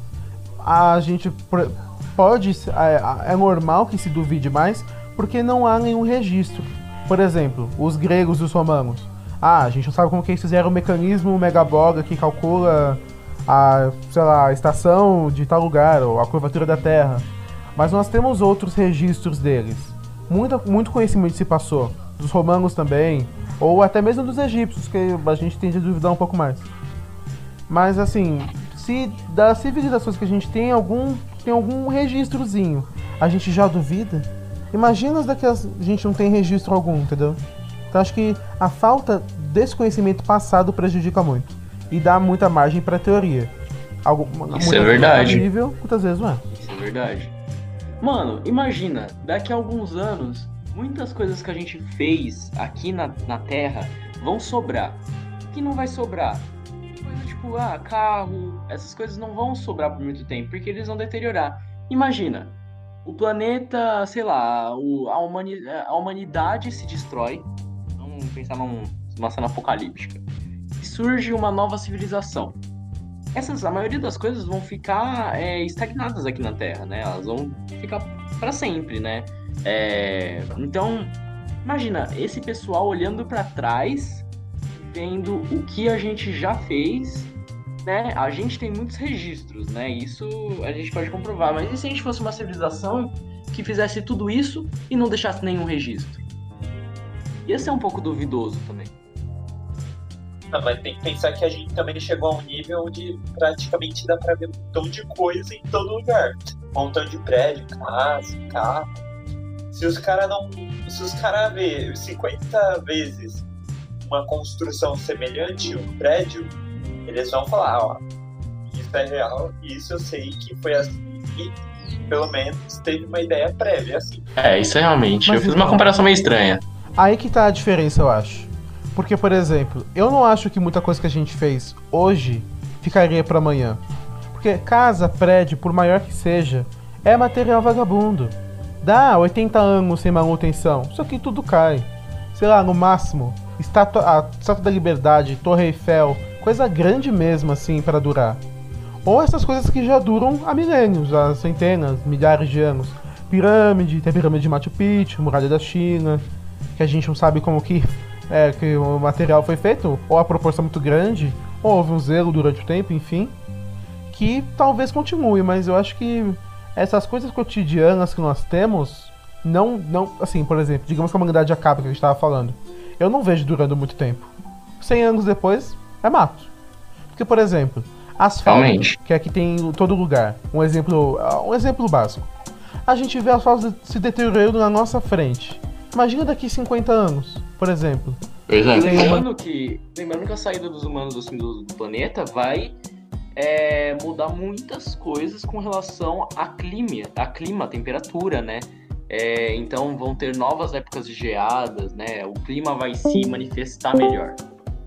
a gente pode... É, é normal que se duvide mais, porque não há nenhum registro. Por exemplo, os gregos e os romanos. Ah, a gente não sabe como que eles fizeram o mecanismo Megaboga que calcula a, sei lá, a estação de tal lugar, ou a curvatura da Terra. Mas nós temos outros registros deles. Muito, muito conhecimento se passou dos romanos também, ou até mesmo dos egípcios, que a gente tende a duvidar um pouco mais. Mas assim, se das civilizações que a gente tem algum, tem algum registrozinho, a gente já duvida, imagina as daquelas a gente não tem registro algum, entendeu? Então acho que a falta desse conhecimento passado prejudica muito e dá muita margem para teoria. Algo, Isso é verdade. Nível, muitas vezes não é. Isso é verdade. Mano, imagina, daqui a alguns anos, muitas coisas que a gente fez aqui na, na Terra vão sobrar. O que não vai sobrar? Coisa tipo, ah, carro, essas coisas não vão sobrar por muito tempo, porque eles vão deteriorar. Imagina, o planeta, sei lá, o, a, humani, a humanidade se destrói, vamos pensar num, numa cena apocalíptica, e surge uma nova civilização. Essas, a maioria das coisas vão ficar é, estagnadas aqui na Terra, né? Elas vão ficar para sempre, né? É, então, imagina, esse pessoal olhando para trás, vendo o que a gente já fez, né? A gente tem muitos registros, né? Isso a gente pode comprovar. Mas e se a gente fosse uma civilização que fizesse tudo isso e não deixasse nenhum registro? Ia ser um pouco duvidoso também. Não, mas tem que pensar que a gente também chegou a um nível onde praticamente dá pra ver um montão de coisa em todo lugar. Um montão de prédio, casa, carro. Se os caras não. Se os caras verem cinquenta vezes uma construção semelhante, um prédio, eles vão falar, ó, isso é real, isso eu sei que foi assim, e pelo menos teve uma ideia prévia, assim. É, isso é realmente. Mas eu fiz então, uma comparação meio estranha. Aí que tá a diferença, eu acho. Porque, por exemplo, eu não acho que muita coisa que a gente fez hoje ficaria pra amanhã. Porque casa, prédio, por maior que seja, é material vagabundo. Dá oitenta anos sem manutenção, isso aqui tudo cai. Sei lá, no máximo, estátua, a Estátua da Liberdade, Torre Eiffel, coisa grande mesmo assim pra durar. Ou essas coisas que já duram há milênios, há centenas, milhares de anos. Pirâmide, tem a pirâmide de Machu Picchu, Muralha da China, que a gente não sabe como que... É, que o material foi feito, ou a proporção muito grande, ou houve um zelo durante o tempo, enfim, que talvez continue, mas eu acho que essas coisas cotidianas que nós temos, não, não, assim, por exemplo, digamos que a humanidade acaba, que a gente estava falando, eu não vejo durando muito tempo. cem anos depois, é mato. Porque, por exemplo, asfalto, Realmente. que aqui tem em todo lugar, um exemplo, um exemplo básico, a gente vê asfalto se deteriorando na nossa frente. Imagina daqui cinquenta anos, por exemplo. Pois é. Tem uma- Lembrando que, lembrando que a saída dos humanos assim, do, do planeta vai é, mudar muitas coisas com relação a clima, a clima, a temperatura, né? É, então vão ter novas épocas de geadas, né? O clima vai se manifestar melhor.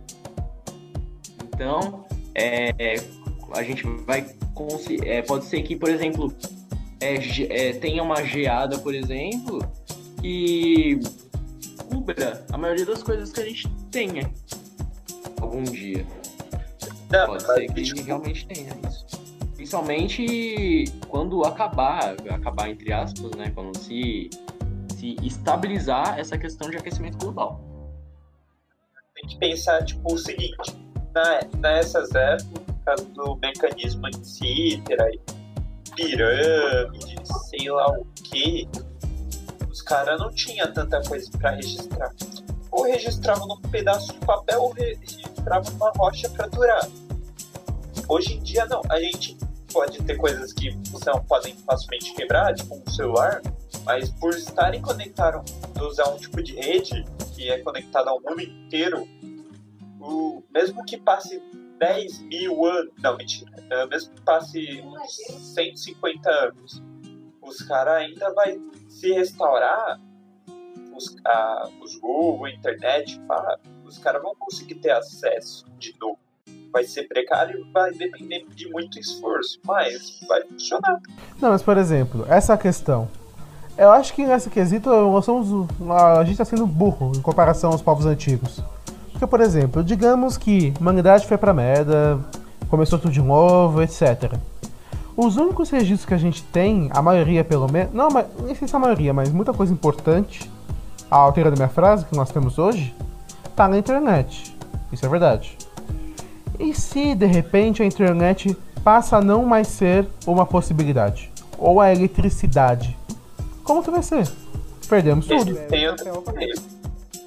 Então, é, é, a gente vai... Consi- é, pode ser que, por exemplo, é, ge- é, tenha uma geada, por exemplo... que cubra a maioria das coisas que a gente tenha algum dia. Não, Pode mas, ser que tipo, realmente tenha isso. Principalmente quando acabar, acabar entre aspas, né? Quando se, se estabilizar essa questão de aquecimento global. tem que pensar tipo, o seguinte, na, nessas épocas do mecanismo em si, ter aí pirâmide, sei lá o que, os caras não tinham tanta coisa para registrar. Ou registravam num pedaço de papel ou registravam numa rocha para durar. Hoje em dia não, a gente pode ter coisas que não podem facilmente quebrar, tipo um celular, mas por estarem conectados, usar um tipo de rede que é conectada ao mundo inteiro, o, mesmo que passe dez mil anos, não, mentira, mesmo que passe uns cento e cinquenta anos, os caras ainda vai se restaurar, os, a, os Google, a internet, pá, os caras vão conseguir ter acesso de novo. Vai ser precário e vai depender de muito esforço, mas vai funcionar. Não, mas por exemplo, essa questão. Eu acho que nesse quesito nós somos, a gente está sendo burro em comparação aos povos antigos. Porque, por exemplo, digamos que a humanidade foi pra merda, começou tudo de novo, etcétera. Os únicos registros que a gente tem, a maioria pelo menos, não, mas, nem sei se a maioria, mas muita coisa importante, alterando a minha frase, que nós temos hoje, tá na internet. Isso é verdade. E se, de repente, a internet passa a não mais ser uma possibilidade? Ou a eletricidade? Como que vai ser? Perdemos tudo. Tem outro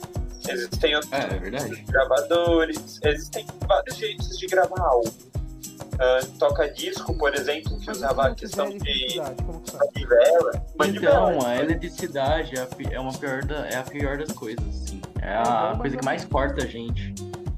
Existem outros É, é verdade. gravadores, existem vários jeitos de gravar álbum. Uh, toca-disco, por exemplo, que usava a questão de manivela. manivela. Então, a eletricidade é a, pi- é uma pior da, é a pior das coisas, assim. É a coisa que mais corta a gente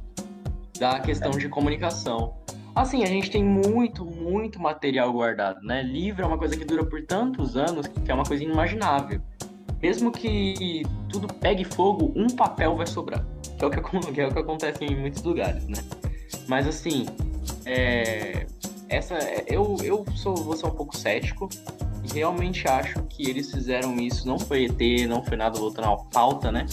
da questão de comunicação. Assim, a gente tem muito, muito material guardado, né? Livro é uma coisa que dura por tantos anos que é uma coisa inimaginável. Mesmo que tudo pegue fogo, um papel vai sobrar. Que é o que, acon- que é o que acontece em muitos lugares, né? Mas assim, é, essa, eu, eu sou, vou ser um pouco cético e realmente acho que eles fizeram isso, não foi E T, não foi nada voltando à pauta, né?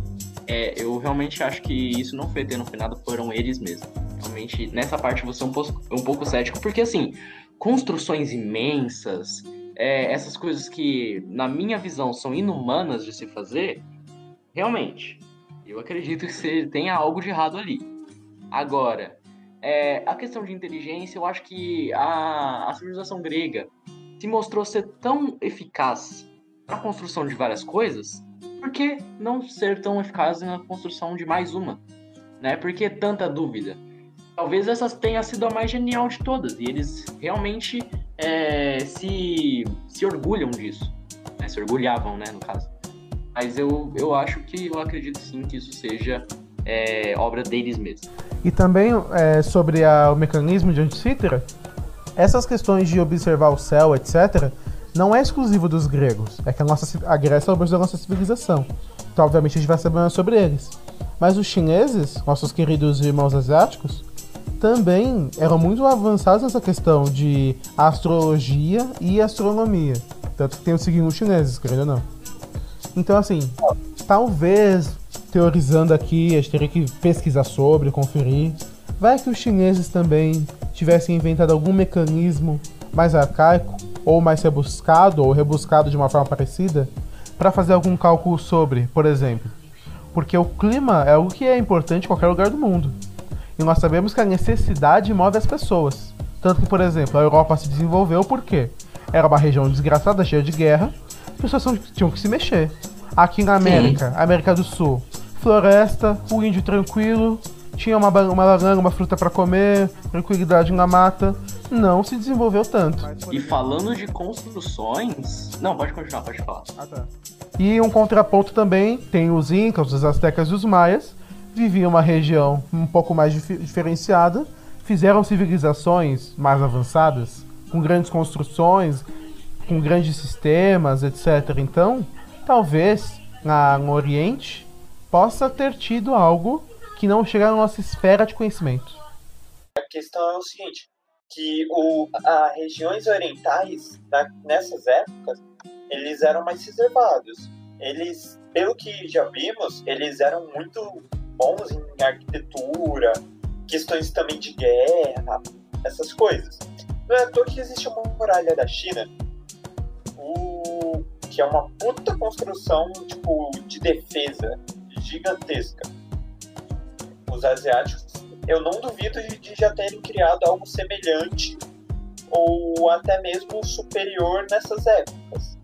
É, eu realmente acho que isso não foi E T, não foi nada, foram eles mesmos. Realmente, nessa parte eu vou ser um pouco, um pouco cético, porque assim, construções imensas, é, essas coisas que, na minha visão, são inumanas de se fazer, realmente, eu acredito que você tenha algo de errado ali. Agora, é, a questão de inteligência, eu acho que a, a civilização grega se mostrou ser tão eficaz na construção de várias coisas, por que não ser tão eficaz na construção de mais uma? Né? Por que tanta dúvida? Talvez essa tenha sido a mais genial de todas, e eles realmente é, se, se orgulham disso. Né? Se orgulhavam, né, no caso. Mas eu, eu acho que, eu acredito sim que isso seja é, obra deles mesmos. E também é, sobre a, o mecanismo de Antícera, essas questões de observar o céu, etcétera, não é exclusivo dos gregos. É que a, nossa, a Grécia é o berço da nossa civilização. Então, obviamente, a gente vai saber mais sobre eles. Mas os chineses, nossos queridos irmãos asiáticos, também eram muito avançados nessa questão de astrologia e astronomia. Tanto que tem os signos chineses, querendo ou não. Então, assim, talvez, teorizando aqui, a gente teria que pesquisar sobre, conferir. Vai que os chineses também tivessem inventado algum mecanismo mais arcaico, ou mais rebuscado, ou rebuscado de uma forma parecida, para fazer algum cálculo sobre, por exemplo. Porque o clima é algo que é importante em qualquer lugar do mundo. E nós sabemos que a necessidade move as pessoas. Tanto que, por exemplo, a Europa se desenvolveu porque era uma região desgraçada, cheia de guerra, as pessoas tinham que se mexer. Aqui na América, Sim. América do Sul, floresta, o índio tranquilo, tinha uma, uma laranja, uma fruta para comer, tranquilidade na mata, não se desenvolveu tanto. E falando de construções... Não, pode continuar, pode falar. Ah, tá. E um contraponto também, tem os Incas, os Aztecas e os Maias, viviam uma região um pouco mais dif- diferenciada, fizeram civilizações mais avançadas, com grandes construções, com grandes sistemas, etcétera. Então, talvez, na, no Oriente, possa ter tido algo que não chega na nossa esfera de conhecimento. A questão é o seguinte, que o, as regiões orientais, na, nessas épocas, eles eram mais reservados. Eles, pelo que já vimos, eles eram muito bons em arquitetura, questões também de guerra, essas coisas. Não é à toa que existe uma muralha da China, o, que é uma puta construção tipo, de defesa gigantesca. Os asiáticos, eu não duvido de, de já terem criado algo semelhante ou até mesmo superior nessas épocas.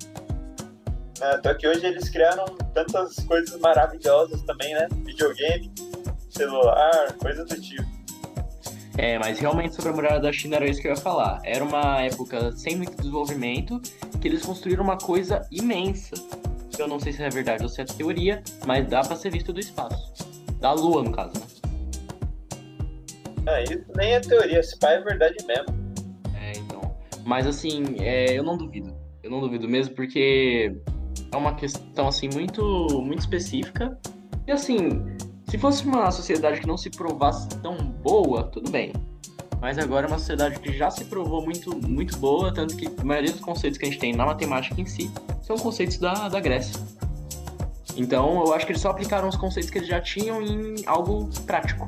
Até que hoje eles criaram tantas coisas maravilhosas também, né? Videogame, celular, coisa do tipo. É, mas realmente sobre a muralha da China era isso que eu ia falar. Era uma época sem muito desenvolvimento, que eles construíram uma coisa imensa. Eu não sei se é verdade ou se é teoria, mas dá pra ser visto do espaço. Da Lua, no caso, né? Ah, isso nem é teoria, esse pai é verdade mesmo. É, então. Mas assim, é, eu não duvido. Eu não duvido mesmo, porque é uma questão, assim, muito, muito específica. E, assim, se fosse uma sociedade que não se provasse tão boa, tudo bem. Mas agora é uma sociedade que já se provou muito, muito boa, tanto que a maioria dos conceitos que a gente tem na matemática em si são conceitos da, da Grécia. Então, eu acho que eles só aplicaram os conceitos que eles já tinham em algo prático.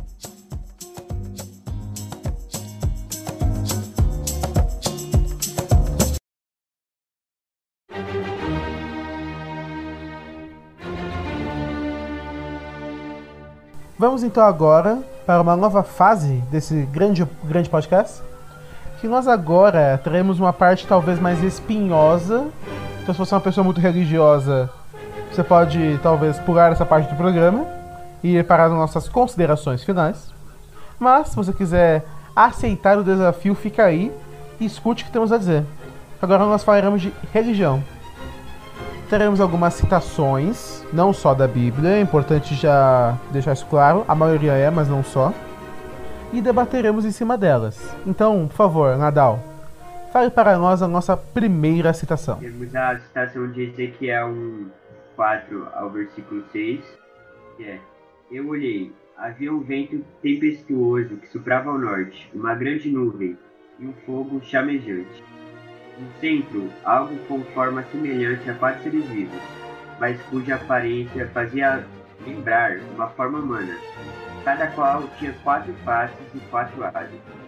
Vamos então agora para uma nova fase desse grande, grande podcast, que nós agora teremos uma parte talvez mais espinhosa. Então, se você é uma pessoa muito religiosa, você pode talvez pular essa parte do programa. e ir para as nossas considerações finais. Mas, se você quiser aceitar o desafio, fica aí e escute o que temos a dizer. Agora nós falaremos de religião. Teremos algumas citações, não só da Bíblia, é importante já deixar isso claro, a maioria é, mas não só. E debateremos em cima delas. Então, por favor, Nadal, fale para nós a nossa primeira citação. Temos a citação de Ezequiel um, quatro ao versículo seis, que é: Eu olhei, havia um vento tempestuoso que soprava ao norte, uma grande nuvem e um fogo chamejante. No centro, algo com forma semelhante a quatro seres vivos, mas cuja aparência fazia lembrar uma forma humana. Cada qual tinha quatro faces e quatro asas.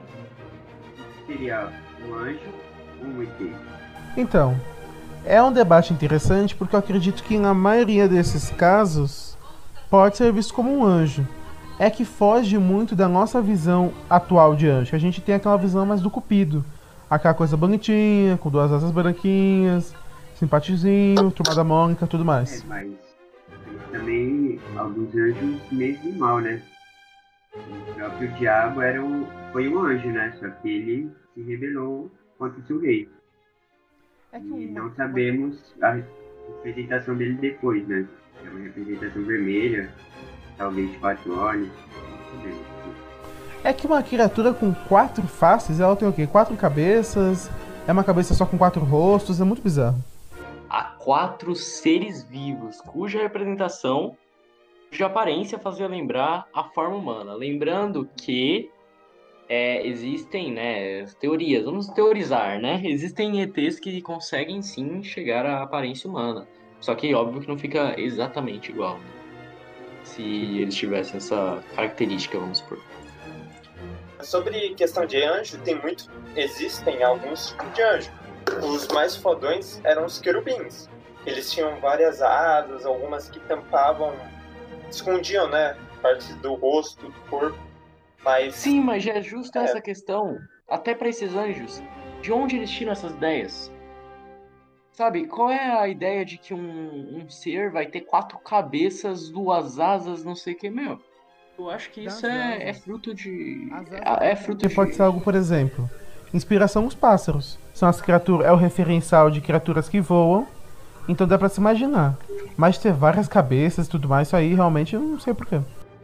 Seria um anjo ou um E T? Então, é um debate interessante porque eu acredito que na maioria desses casos pode ser visto como um anjo. É que foge muito da nossa visão atual de anjo, que a gente tem aquela visão mais do Cupido. Aquela coisa bonitinha, com duas asas branquinhas, simpatizinho, turma da Mônica, tudo mais. É, mas também alguns anjos mesmo mal, né? O próprio diabo era um, foi um anjo, né? Só que ele se rebelou contra o seu rei. É que E uma- não sabemos a representação dele depois, né? É uma representação vermelha, talvez de quatro olhos. Não sabemos. É que uma criatura com quatro faces, ela tem o quê? Quatro cabeças, é uma cabeça só com quatro rostos, é muito bizarro. Há quatro seres vivos, cuja representação, cuja aparência fazia lembrar a forma humana. Lembrando que é, existem, né, teorias, vamos teorizar, né? Existem E Tês que conseguem sim chegar à aparência humana. Só que óbvio que não fica exatamente igual, né? Se eles tivessem essa característica, vamos supor. Sobre questão de anjo, tem muito. Existem alguns tipos de anjo. Os mais fodões eram os querubins. Eles tinham várias asas, algumas que tampavam, escondiam, né? Partes do rosto, do corpo. Mas Sim, mas é justo É. essa questão, até para esses anjos, de onde eles tiram essas ideias? Sabe, qual é a ideia de que um, um ser vai ter quatro cabeças, duas asas, não sei o que, meu? Eu acho que isso Das é, é asas. fruto de. As asas É, é fruto Porque de. pode ser algo, por exemplo, inspiração os pássaros. São as criaturas, é o referencial de criaturas que voam, então dá pra se imaginar. Mas ter várias cabeças e tudo mais, isso aí realmente eu não sei porquê.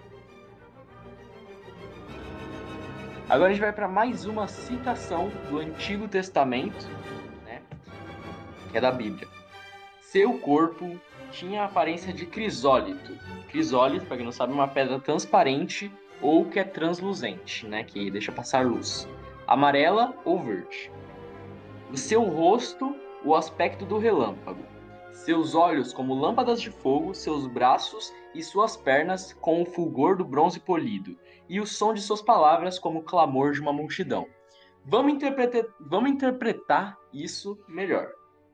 Agora a gente vai para mais uma citação do Antigo Testamento, né? Que é da Bíblia. Seu corpo tinha a aparência de crisólito. Crisólito, para quem não sabe, é uma pedra transparente ou que é transluzente, né? Que deixa passar luz. Amarela ou verde. O seu rosto, o aspecto do relâmpago. Seus olhos como lâmpadas de fogo, seus braços e suas pernas com o fulgor do bronze polido, e o som de suas palavras como o clamor de uma multidão. Vamos interpretar, vamos interpretar isso melhor.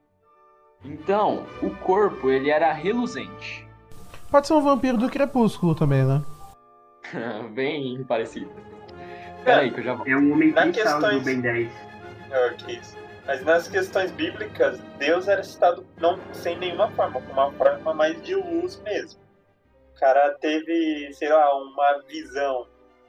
Então, o corpo ele era reluzente. Pode ser um vampiro do crepúsculo também, né? Bem parecido. Peraí que eu já volto. É um homem Na cristal do questões- Ben dez. Ah, que isso. Mas nas questões bíblicas, Deus era citado não sem nenhuma forma, com uma forma mais de luz mesmo. O cara teve, sei lá, uma visão,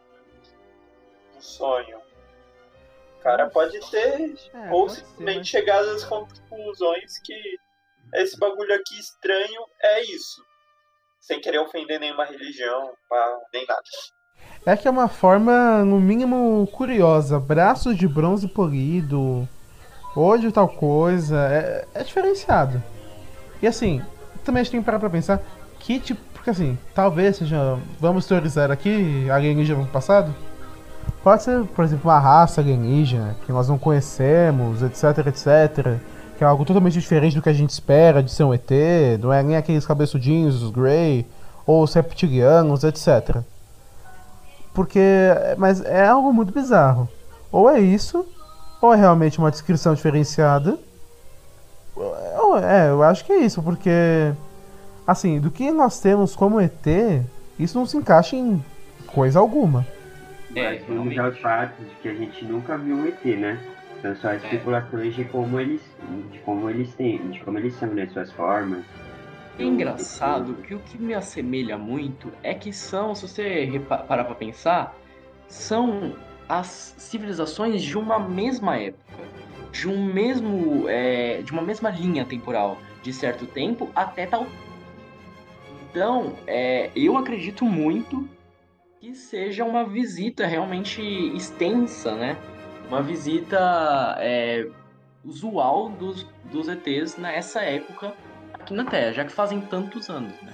um sonho. O cara pode ter, É, ou pode ser, simplesmente mas- chegado às conclusões que esse bagulho aqui estranho é isso. Sem querer ofender nenhuma religião, pá, nem nada. É que é uma forma, no mínimo, curiosa. Braços de bronze polido, olho tal coisa, é, é diferenciado. E assim, também a gente tem que parar pra pensar que tipo, porque assim, talvez seja, vamos teorizar aqui, alienígena no passado. Pode ser, por exemplo, uma raça alienígena que nós não conhecemos, etc, etc. Que é algo totalmente diferente do que a gente espera de ser um E T, não é nem aqueles cabeçudinhos, os Grey, ou os reptilianos, etcétera. Porque, mas é algo muito bizarro. Ou é isso, ou é realmente uma descrição diferenciada. Ou, é, eu acho que é isso, porque, assim, do que nós temos como E T, isso não se encaixa em coisa alguma. É, Mas vamos realmente. aos fatos de que a gente nunca viu um E T, né? São só especulações de como eles, de como eles têm, de como eles são, né? Suas formas. É engraçado que o que me assemelha muito é que são, se você repa- parar pra pensar, são as civilizações de uma mesma época, de um mesmo, é, de uma mesma linha temporal, de certo tempo até tal. Então, é, eu acredito muito que seja uma visita realmente extensa, né? Uma visita é, usual dos, dos E Tês nessa época aqui na Terra, já que fazem tantos anos, né?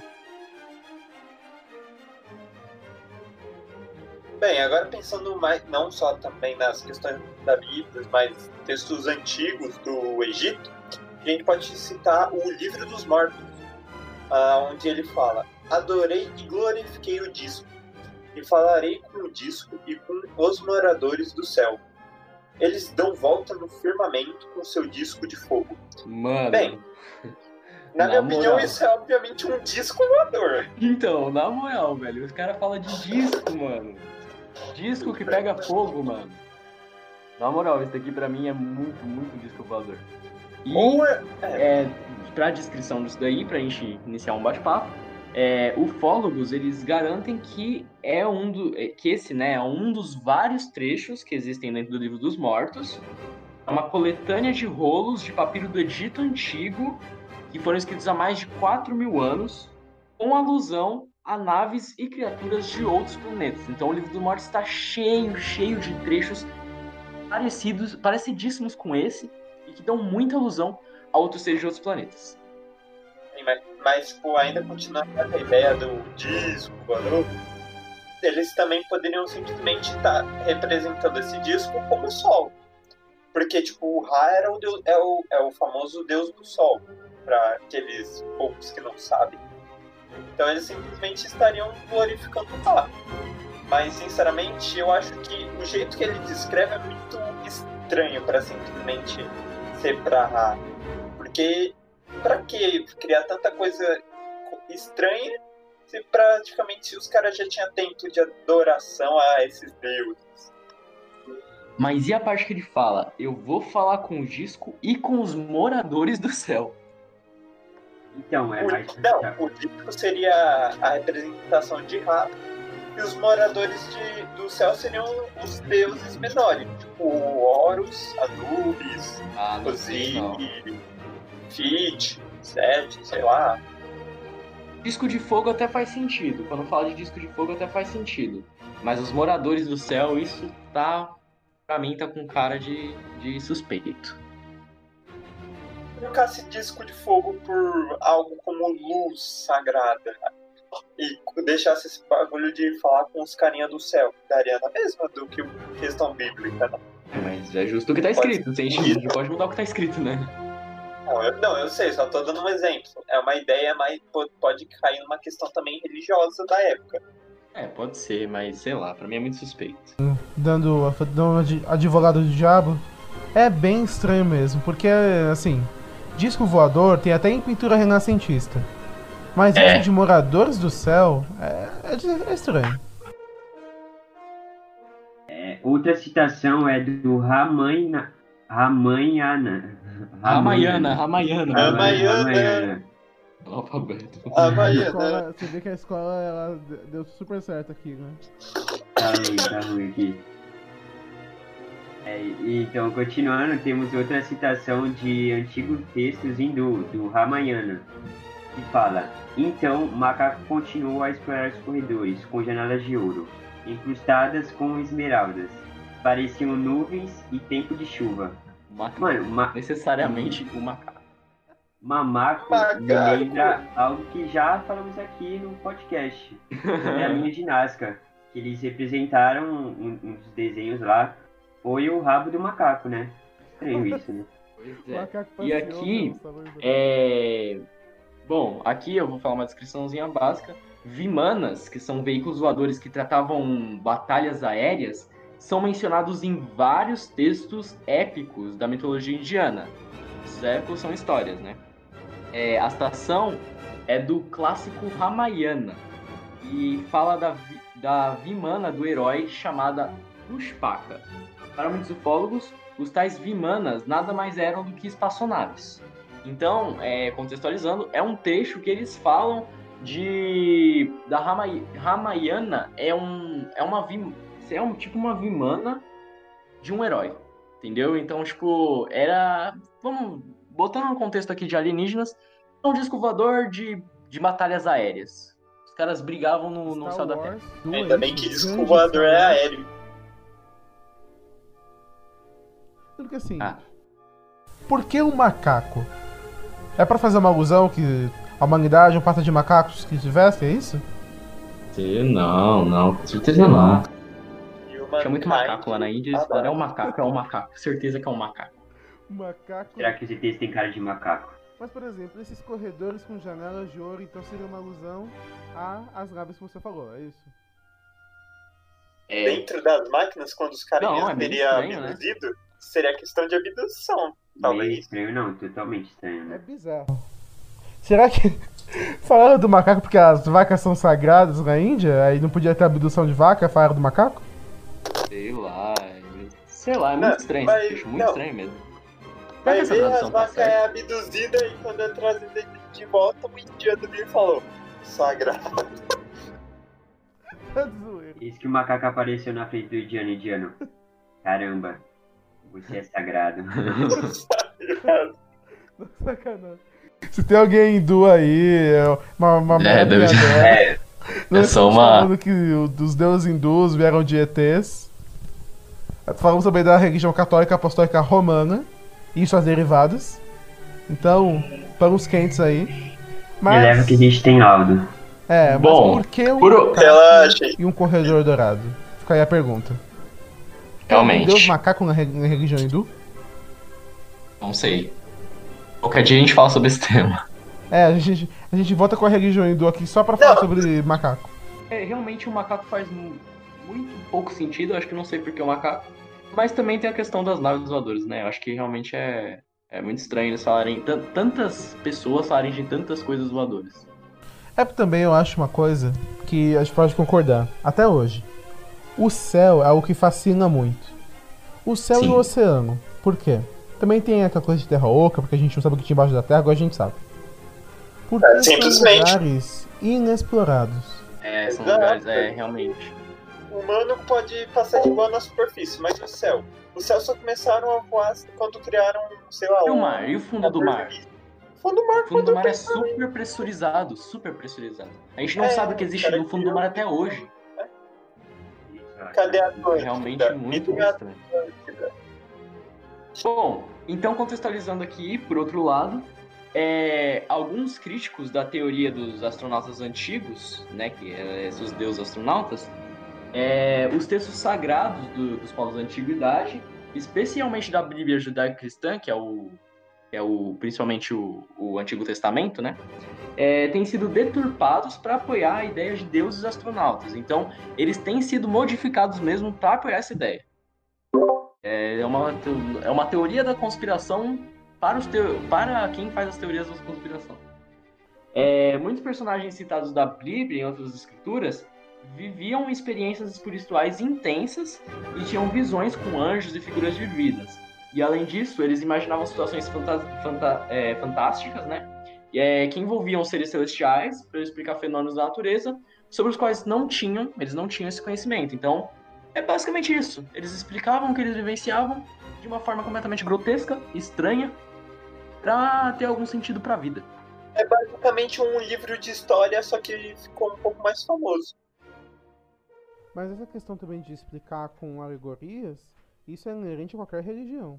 Bem, agora pensando mais, não só também nas questões da Bíblia, mas textos antigos do Egito, a gente pode citar o Livro dos Mortos, ah, onde ele fala: adorei e glorifiquei o disco, e falarei com o disco e com os moradores do céu. Eles dão volta no firmamento com seu disco de fogo. Mano. Bem, na, na minha moral. opinião, isso é obviamente um disco voador. Então, na moral, velho, os caras falam de disco, mano. Disco que pega fogo, mano. Na moral, isso daqui pra mim é muito, muito disco voador. E, Ou é, é, é, pra descrição disso daí, pra gente iniciar um bate-papo, é, ufólogos, eles garantem que é um do, é, que esse, né, é um dos vários trechos que existem dentro do Livro dos Mortos. É uma coletânea de rolos de papiro do Egito Antigo que foram escritos há mais de quatro mil anos, com alusão a naves e criaturas de outros planetas. Então o Livro dos Mortos está cheio, cheio de trechos parecidos, parecidíssimos com esse, e que dão muita alusão a outros seres de outros planetas. mas, mas tipo, ainda continuando com essa ideia do disco voador, eles também poderiam simplesmente estar representando esse disco como o Sol. Porque, tipo, o Ra era o deus, é, o, é o famoso deus do Sol, para aqueles poucos que não sabem. Então eles simplesmente estariam glorificando o Ra. Mas, sinceramente, eu acho que o jeito que ele descreve é muito estranho para simplesmente ser pra Ra. Porque, pra que criar tanta coisa estranha se praticamente os caras já tinham tempo de adoração a esses deuses? Mas e a parte que ele fala? Eu vou falar com o disco e com os moradores do céu. Então, é O, mais... não, o disco seria a representação de Ra, e os moradores de, do céu seriam os deuses menores, tipo Horus, Anubis, Ah, não sei, não. Osíris, Fit, Sete, sei lá. Disco de fogo até faz sentido. Quando fala de disco de fogo até faz sentido. Mas os moradores do céu, isso tá... Pra mim tá com cara de, de suspeito. Trocasse disco de fogo por algo como luz sagrada e deixasse esse bagulho de falar com os carinha do céu, daria na mesma do que questão bíblica, né? Mas é justo o que tá Pode escrito. Se a gente não pode mudar o que tá escrito, né? Não eu, não, eu sei, só tô dando um exemplo. É uma ideia, mas pode cair numa questão também religiosa da época. É, pode ser, mas sei lá, pra mim é muito suspeito. Dando, dando advogado do diabo, é bem estranho mesmo, porque, assim, disco voador tem até em pintura renascentista, mas É. isso de moradores do céu é, é, é estranho. É, outra citação é do Ramayana. Ramayana. Ramayana, Ramayana. Ramayana. Ramayana. Alfabeto. A A Baiana. escola, você vê que a escola ela deu super certo aqui, né? Tá ruim, tá ruim aqui. É, e então, continuando, temos outra citação de antigos textos hindu, do Ramayana, que fala: então, o macaco continuou a explorar os corredores com janelas de ouro, incrustadas com esmeraldas. Pareciam nuvens e tempo de chuva. Macaco. Mano, ma Necessariamente o macaco. Mamaco Macaco. me lembra algo que já falamos aqui no podcast, sobre a minha ginástica, que eles representaram um, um dos desenhos lá, foi o rabo do macaco, né? Estranho isso, né? Pois O é. macaco E passeou aqui, pelo salão de- É... Bom, aqui eu vou falar uma descriçãozinha básica. Vimanas, que são veículos voadores que tratavam batalhas aéreas, são mencionados em vários textos épicos da mitologia indiana. Os épicos são histórias, né? É, a citação é do clássico Ramayana e fala da, vi- da Vimana do herói chamada Pushpaka. Para muitos ufólogos, os tais Vimanas nada mais eram do que espaçonaves. Então, é, contextualizando, é um trecho que eles falam de da Rama, Ramayana é um é uma vi, é um tipo uma vimana de um herói, entendeu? Então, tipo, era, vamos botando no contexto aqui de alienígenas, é um disco voador de, de batalhas aéreas. Os caras brigavam no, no céu da Terra. Ainda bem que disco voador é aéreo. Porque assim, Ah. por que um macaco? É pra fazer uma alusão que a humanidade é um pata de macacos que se vestem, é isso? Não, não, com certeza não. Humankind Tinha muito macaco lá na Índia, eles adora. falaram, é um macaco, é um macaco, certeza que é um macaco. Macaco. Será que os E Tês têm cara de macaco? Mas, por exemplo, esses corredores com janelas de ouro, então seria uma alusão às naves que você falou, é isso? É, Dentro das máquinas, quando os caras Não, é bem teriam estranho, né? abduzido, seria questão de abdução, Meio talvez. estranho não, totalmente estranho, É né? bizarro. Será que falaram do macaco porque as vacas são sagradas na Índia? Aí não podia ter abdução de vaca, falaram do macaco? sei lá, é- sei lá, é muito Não, estranho mas- esse bicho, muito não. estranho mesmo. Será que Vai essa ver, as tradução tá vacas certa? é abduzida e quando é trazida de volta, o indiano vir falou, sagrado. Tá zoeira. Eis que o macaco apareceu na frente do Indiano Indiano. Caramba, você é sagrado. Sacanagem. Se tem alguém hindu aí, é uma, uma É, deve ser. dessa, É, não é só estamos uma- falando que o- dos deuses hindus vieram de E Tês. Falamos também da religião católica apostólica romana e suas derivadas. Então, panos quentes aí. releva Mas, que a gente tem laudo. é, mas Bom, por que um por o- macaco Relaxa. e um corredor dourado? Fica aí a pergunta. Realmente. Tem um deus macaco na, re- na religião hindu? Não sei. Qualquer dia a gente fala sobre esse tema. É, a gente, a gente volta com a religião hindu aqui só pra falar Não. sobre macaco. É, realmente o macaco faz mu- muito pouco sentido, eu acho que não sei por que o macaco. Mas também tem a questão das naves voadoras, né? Eu acho que realmente é, é muito estranho eles falarem, tan- tantas pessoas falarem de tantas coisas voadoras. É também eu acho uma coisa que a gente pode concordar, até hoje. O céu é algo que fascina muito. O céu Sim. e o oceano. Por quê? Também tem aquela coisa de terra oca, porque a gente não sabe o que tinha embaixo da terra, agora a gente sabe. Porque É, são simplesmente. lugares inexplorados. É, são Exato. lugares, é, realmente. O humano pode passar de boa na superfície, mas o céu? O céu só começaram a voar quando criaram, sei lá, E o um- mar? E o fundo do mar? O fundo do mar, O fundo do quando mar é super pressurizado, super pressurizado. A gente não É, sabe o que existe cara, no fundo do mar até hoje. Cadê a É Atlântida? realmente muito Cadê a estranho. Atlântida? Bom, então contextualizando aqui, por outro lado, é, alguns críticos da teoria dos astronautas antigos, né, que é esses deuses astronautas, é, os textos sagrados do- dos povos da antiguidade, especialmente da Bíblia judaico-cristã, que é o, que é o principalmente o, o Antigo Testamento, né, é, têm sido deturpados para apoiar a ideia de deuses astronautas. Então, eles têm sido modificados mesmo para apoiar essa ideia. É uma, teo- é uma teoria da conspiração para, os teo- para quem faz as teorias da conspiração. É, muitos personagens citados da Bíblia e em outras escrituras viviam experiências espirituais intensas e tinham visões com anjos e figuras divinas. E além disso, eles imaginavam situações fanta- fanta- é, fantásticas, né? E, é, que envolviam seres celestiais para explicar fenômenos da natureza sobre os quais não tinham, eles não tinham esse conhecimento. Então, é basicamente isso. Eles explicavam o que eles vivenciavam de uma forma completamente grotesca, estranha, pra ter algum sentido pra vida. É basicamente um livro de história, só que ficou um pouco mais famoso. Mas essa questão também de explicar com alegorias, isso é inerente a qualquer religião.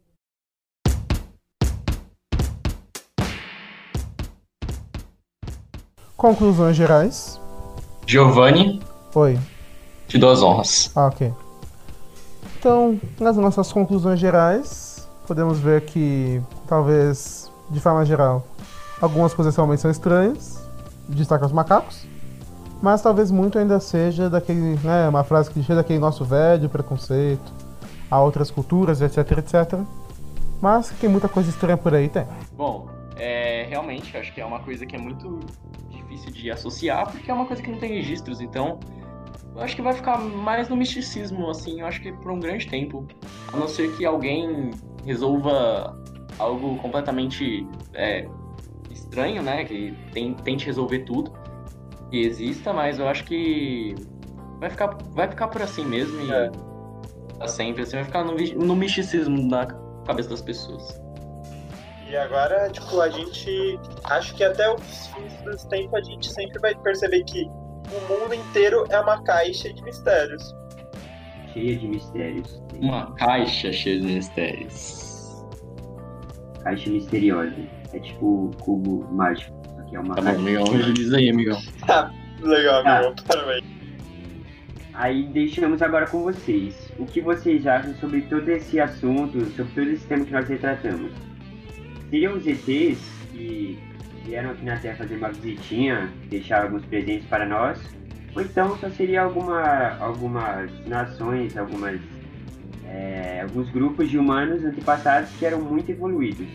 Conclusões gerais. Giovanni, Oi. te dou as honras. Ah, ok. Então, nas nossas conclusões gerais, podemos ver que, talvez, de forma geral, algumas coisas realmente são estranhas, destaca os macacos, mas talvez muito ainda seja daquele, né, uma frase clichê daquele nosso velho preconceito a outras culturas, etc, etcétera. Mas que tem muita coisa estranha por aí, tem. Bom, é, realmente, acho que é uma coisa que é muito difícil de associar, porque é uma coisa que não tem registros, então eu acho que vai ficar mais no misticismo, assim, eu acho que por um grande tempo. A não ser que alguém resolva algo completamente é, estranho, né? Que tem, tente resolver tudo que exista, mas eu acho que vai ficar, vai ficar por assim mesmo e É. pra sempre, assim, vai ficar no, no misticismo na cabeça das pessoas. E agora, tipo, a gente. Acho que até os fins dos tempos a gente sempre vai perceber que o mundo inteiro é uma caixa de mistérios. Cheia de mistérios. Uma caixa cheia de mistérios. Caixa misteriosa. É tipo cubo mágico. Só que é uma Tá bom, caixa. amigão, diz aí, amigão. Legal, Ah. amigo. Parabéns. Aí deixamos agora com vocês. O que vocês acham sobre todo esse assunto, sobre todo esse tema que nós retratamos? Seriam os E Tês que vieram aqui na Terra fazer uma visitinha, deixar alguns presentes para nós? Ou então só seria alguma, algumas nações, algumas, é, alguns grupos de humanos antepassados que eram muito evoluídos?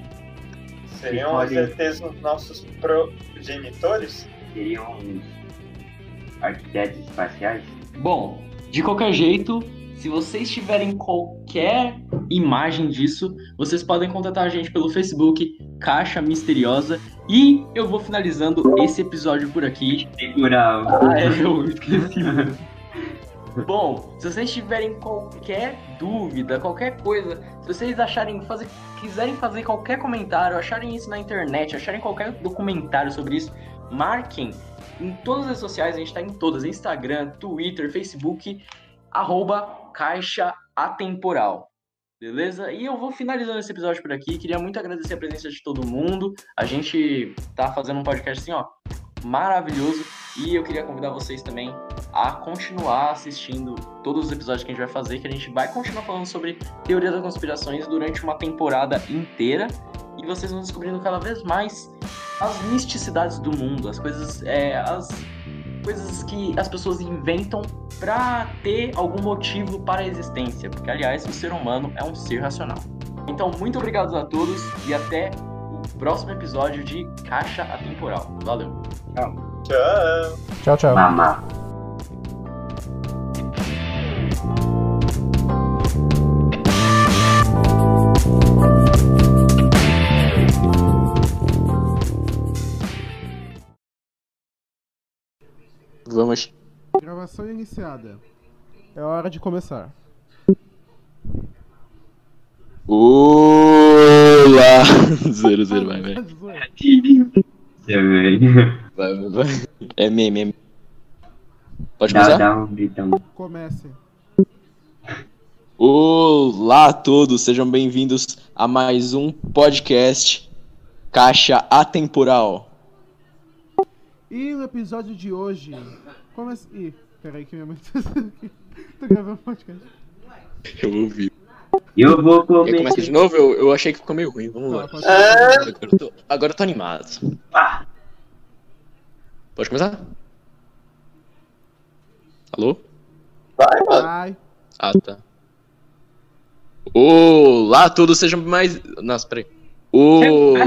Seriam os podem- E Tês os nossos progenitores? Seriam uns arquitetos espaciais? Bom, de qualquer jeito, se vocês tiverem qualquer imagem disso, vocês podem contatar a gente pelo Facebook Caixa Misteriosa. E eu vou finalizando esse episódio por aqui. Segurar. Ah, é, eu esqueci. Bom, se vocês tiverem qualquer dúvida, qualquer coisa, se vocês acharem fazer, quiserem fazer qualquer comentário, acharem isso na internet, acharem qualquer documentário sobre isso, marquem em todas as redes sociais, a gente tá em todas, Instagram, Twitter, Facebook, arroba Caixa Atemporal. Beleza? E eu vou finalizando esse episódio por aqui. Queria muito agradecer a presença de todo mundo. A gente tá fazendo um podcast assim, ó, maravilhoso. E eu queria convidar vocês também a continuar assistindo todos os episódios que a gente vai fazer, que a gente vai continuar falando sobre teoria das conspirações durante uma temporada inteira. E vocês vão descobrindo cada vez mais as misticidades do mundo, as coisas, é, as coisas que as pessoas inventam pra ter algum motivo para a existência, porque, aliás, o ser humano é um ser racional. Então, muito obrigado a todos e até o próximo episódio de Caixa Atemporal. Valeu! Tchau! Tchau, tchau. Mamá. Vamos. Gravação iniciada. É hora de começar. Olá! Zero, zero, vai, vai. Vai, vai, vai. É meme, é meme. Pode Dá, começar? dá um gritão. Comece. Olá a todos, sejam bem-vindos a mais um podcast Caixa Atemporal. E no episódio de hoje. Comece. Ih, peraí que minha mãe tá tô gravando podcast. Eu ouvi. Eu vou Quer começar começar. de novo? Eu, eu achei que ficou meio ruim, vamos Tá, lá. pode Agora eu tô, agora eu tô animado. Ah, Pode começar? Alô? Vai, mano. Vai. Ah, tá. Olá a todos, sejam mais... Nossa, peraí. Olá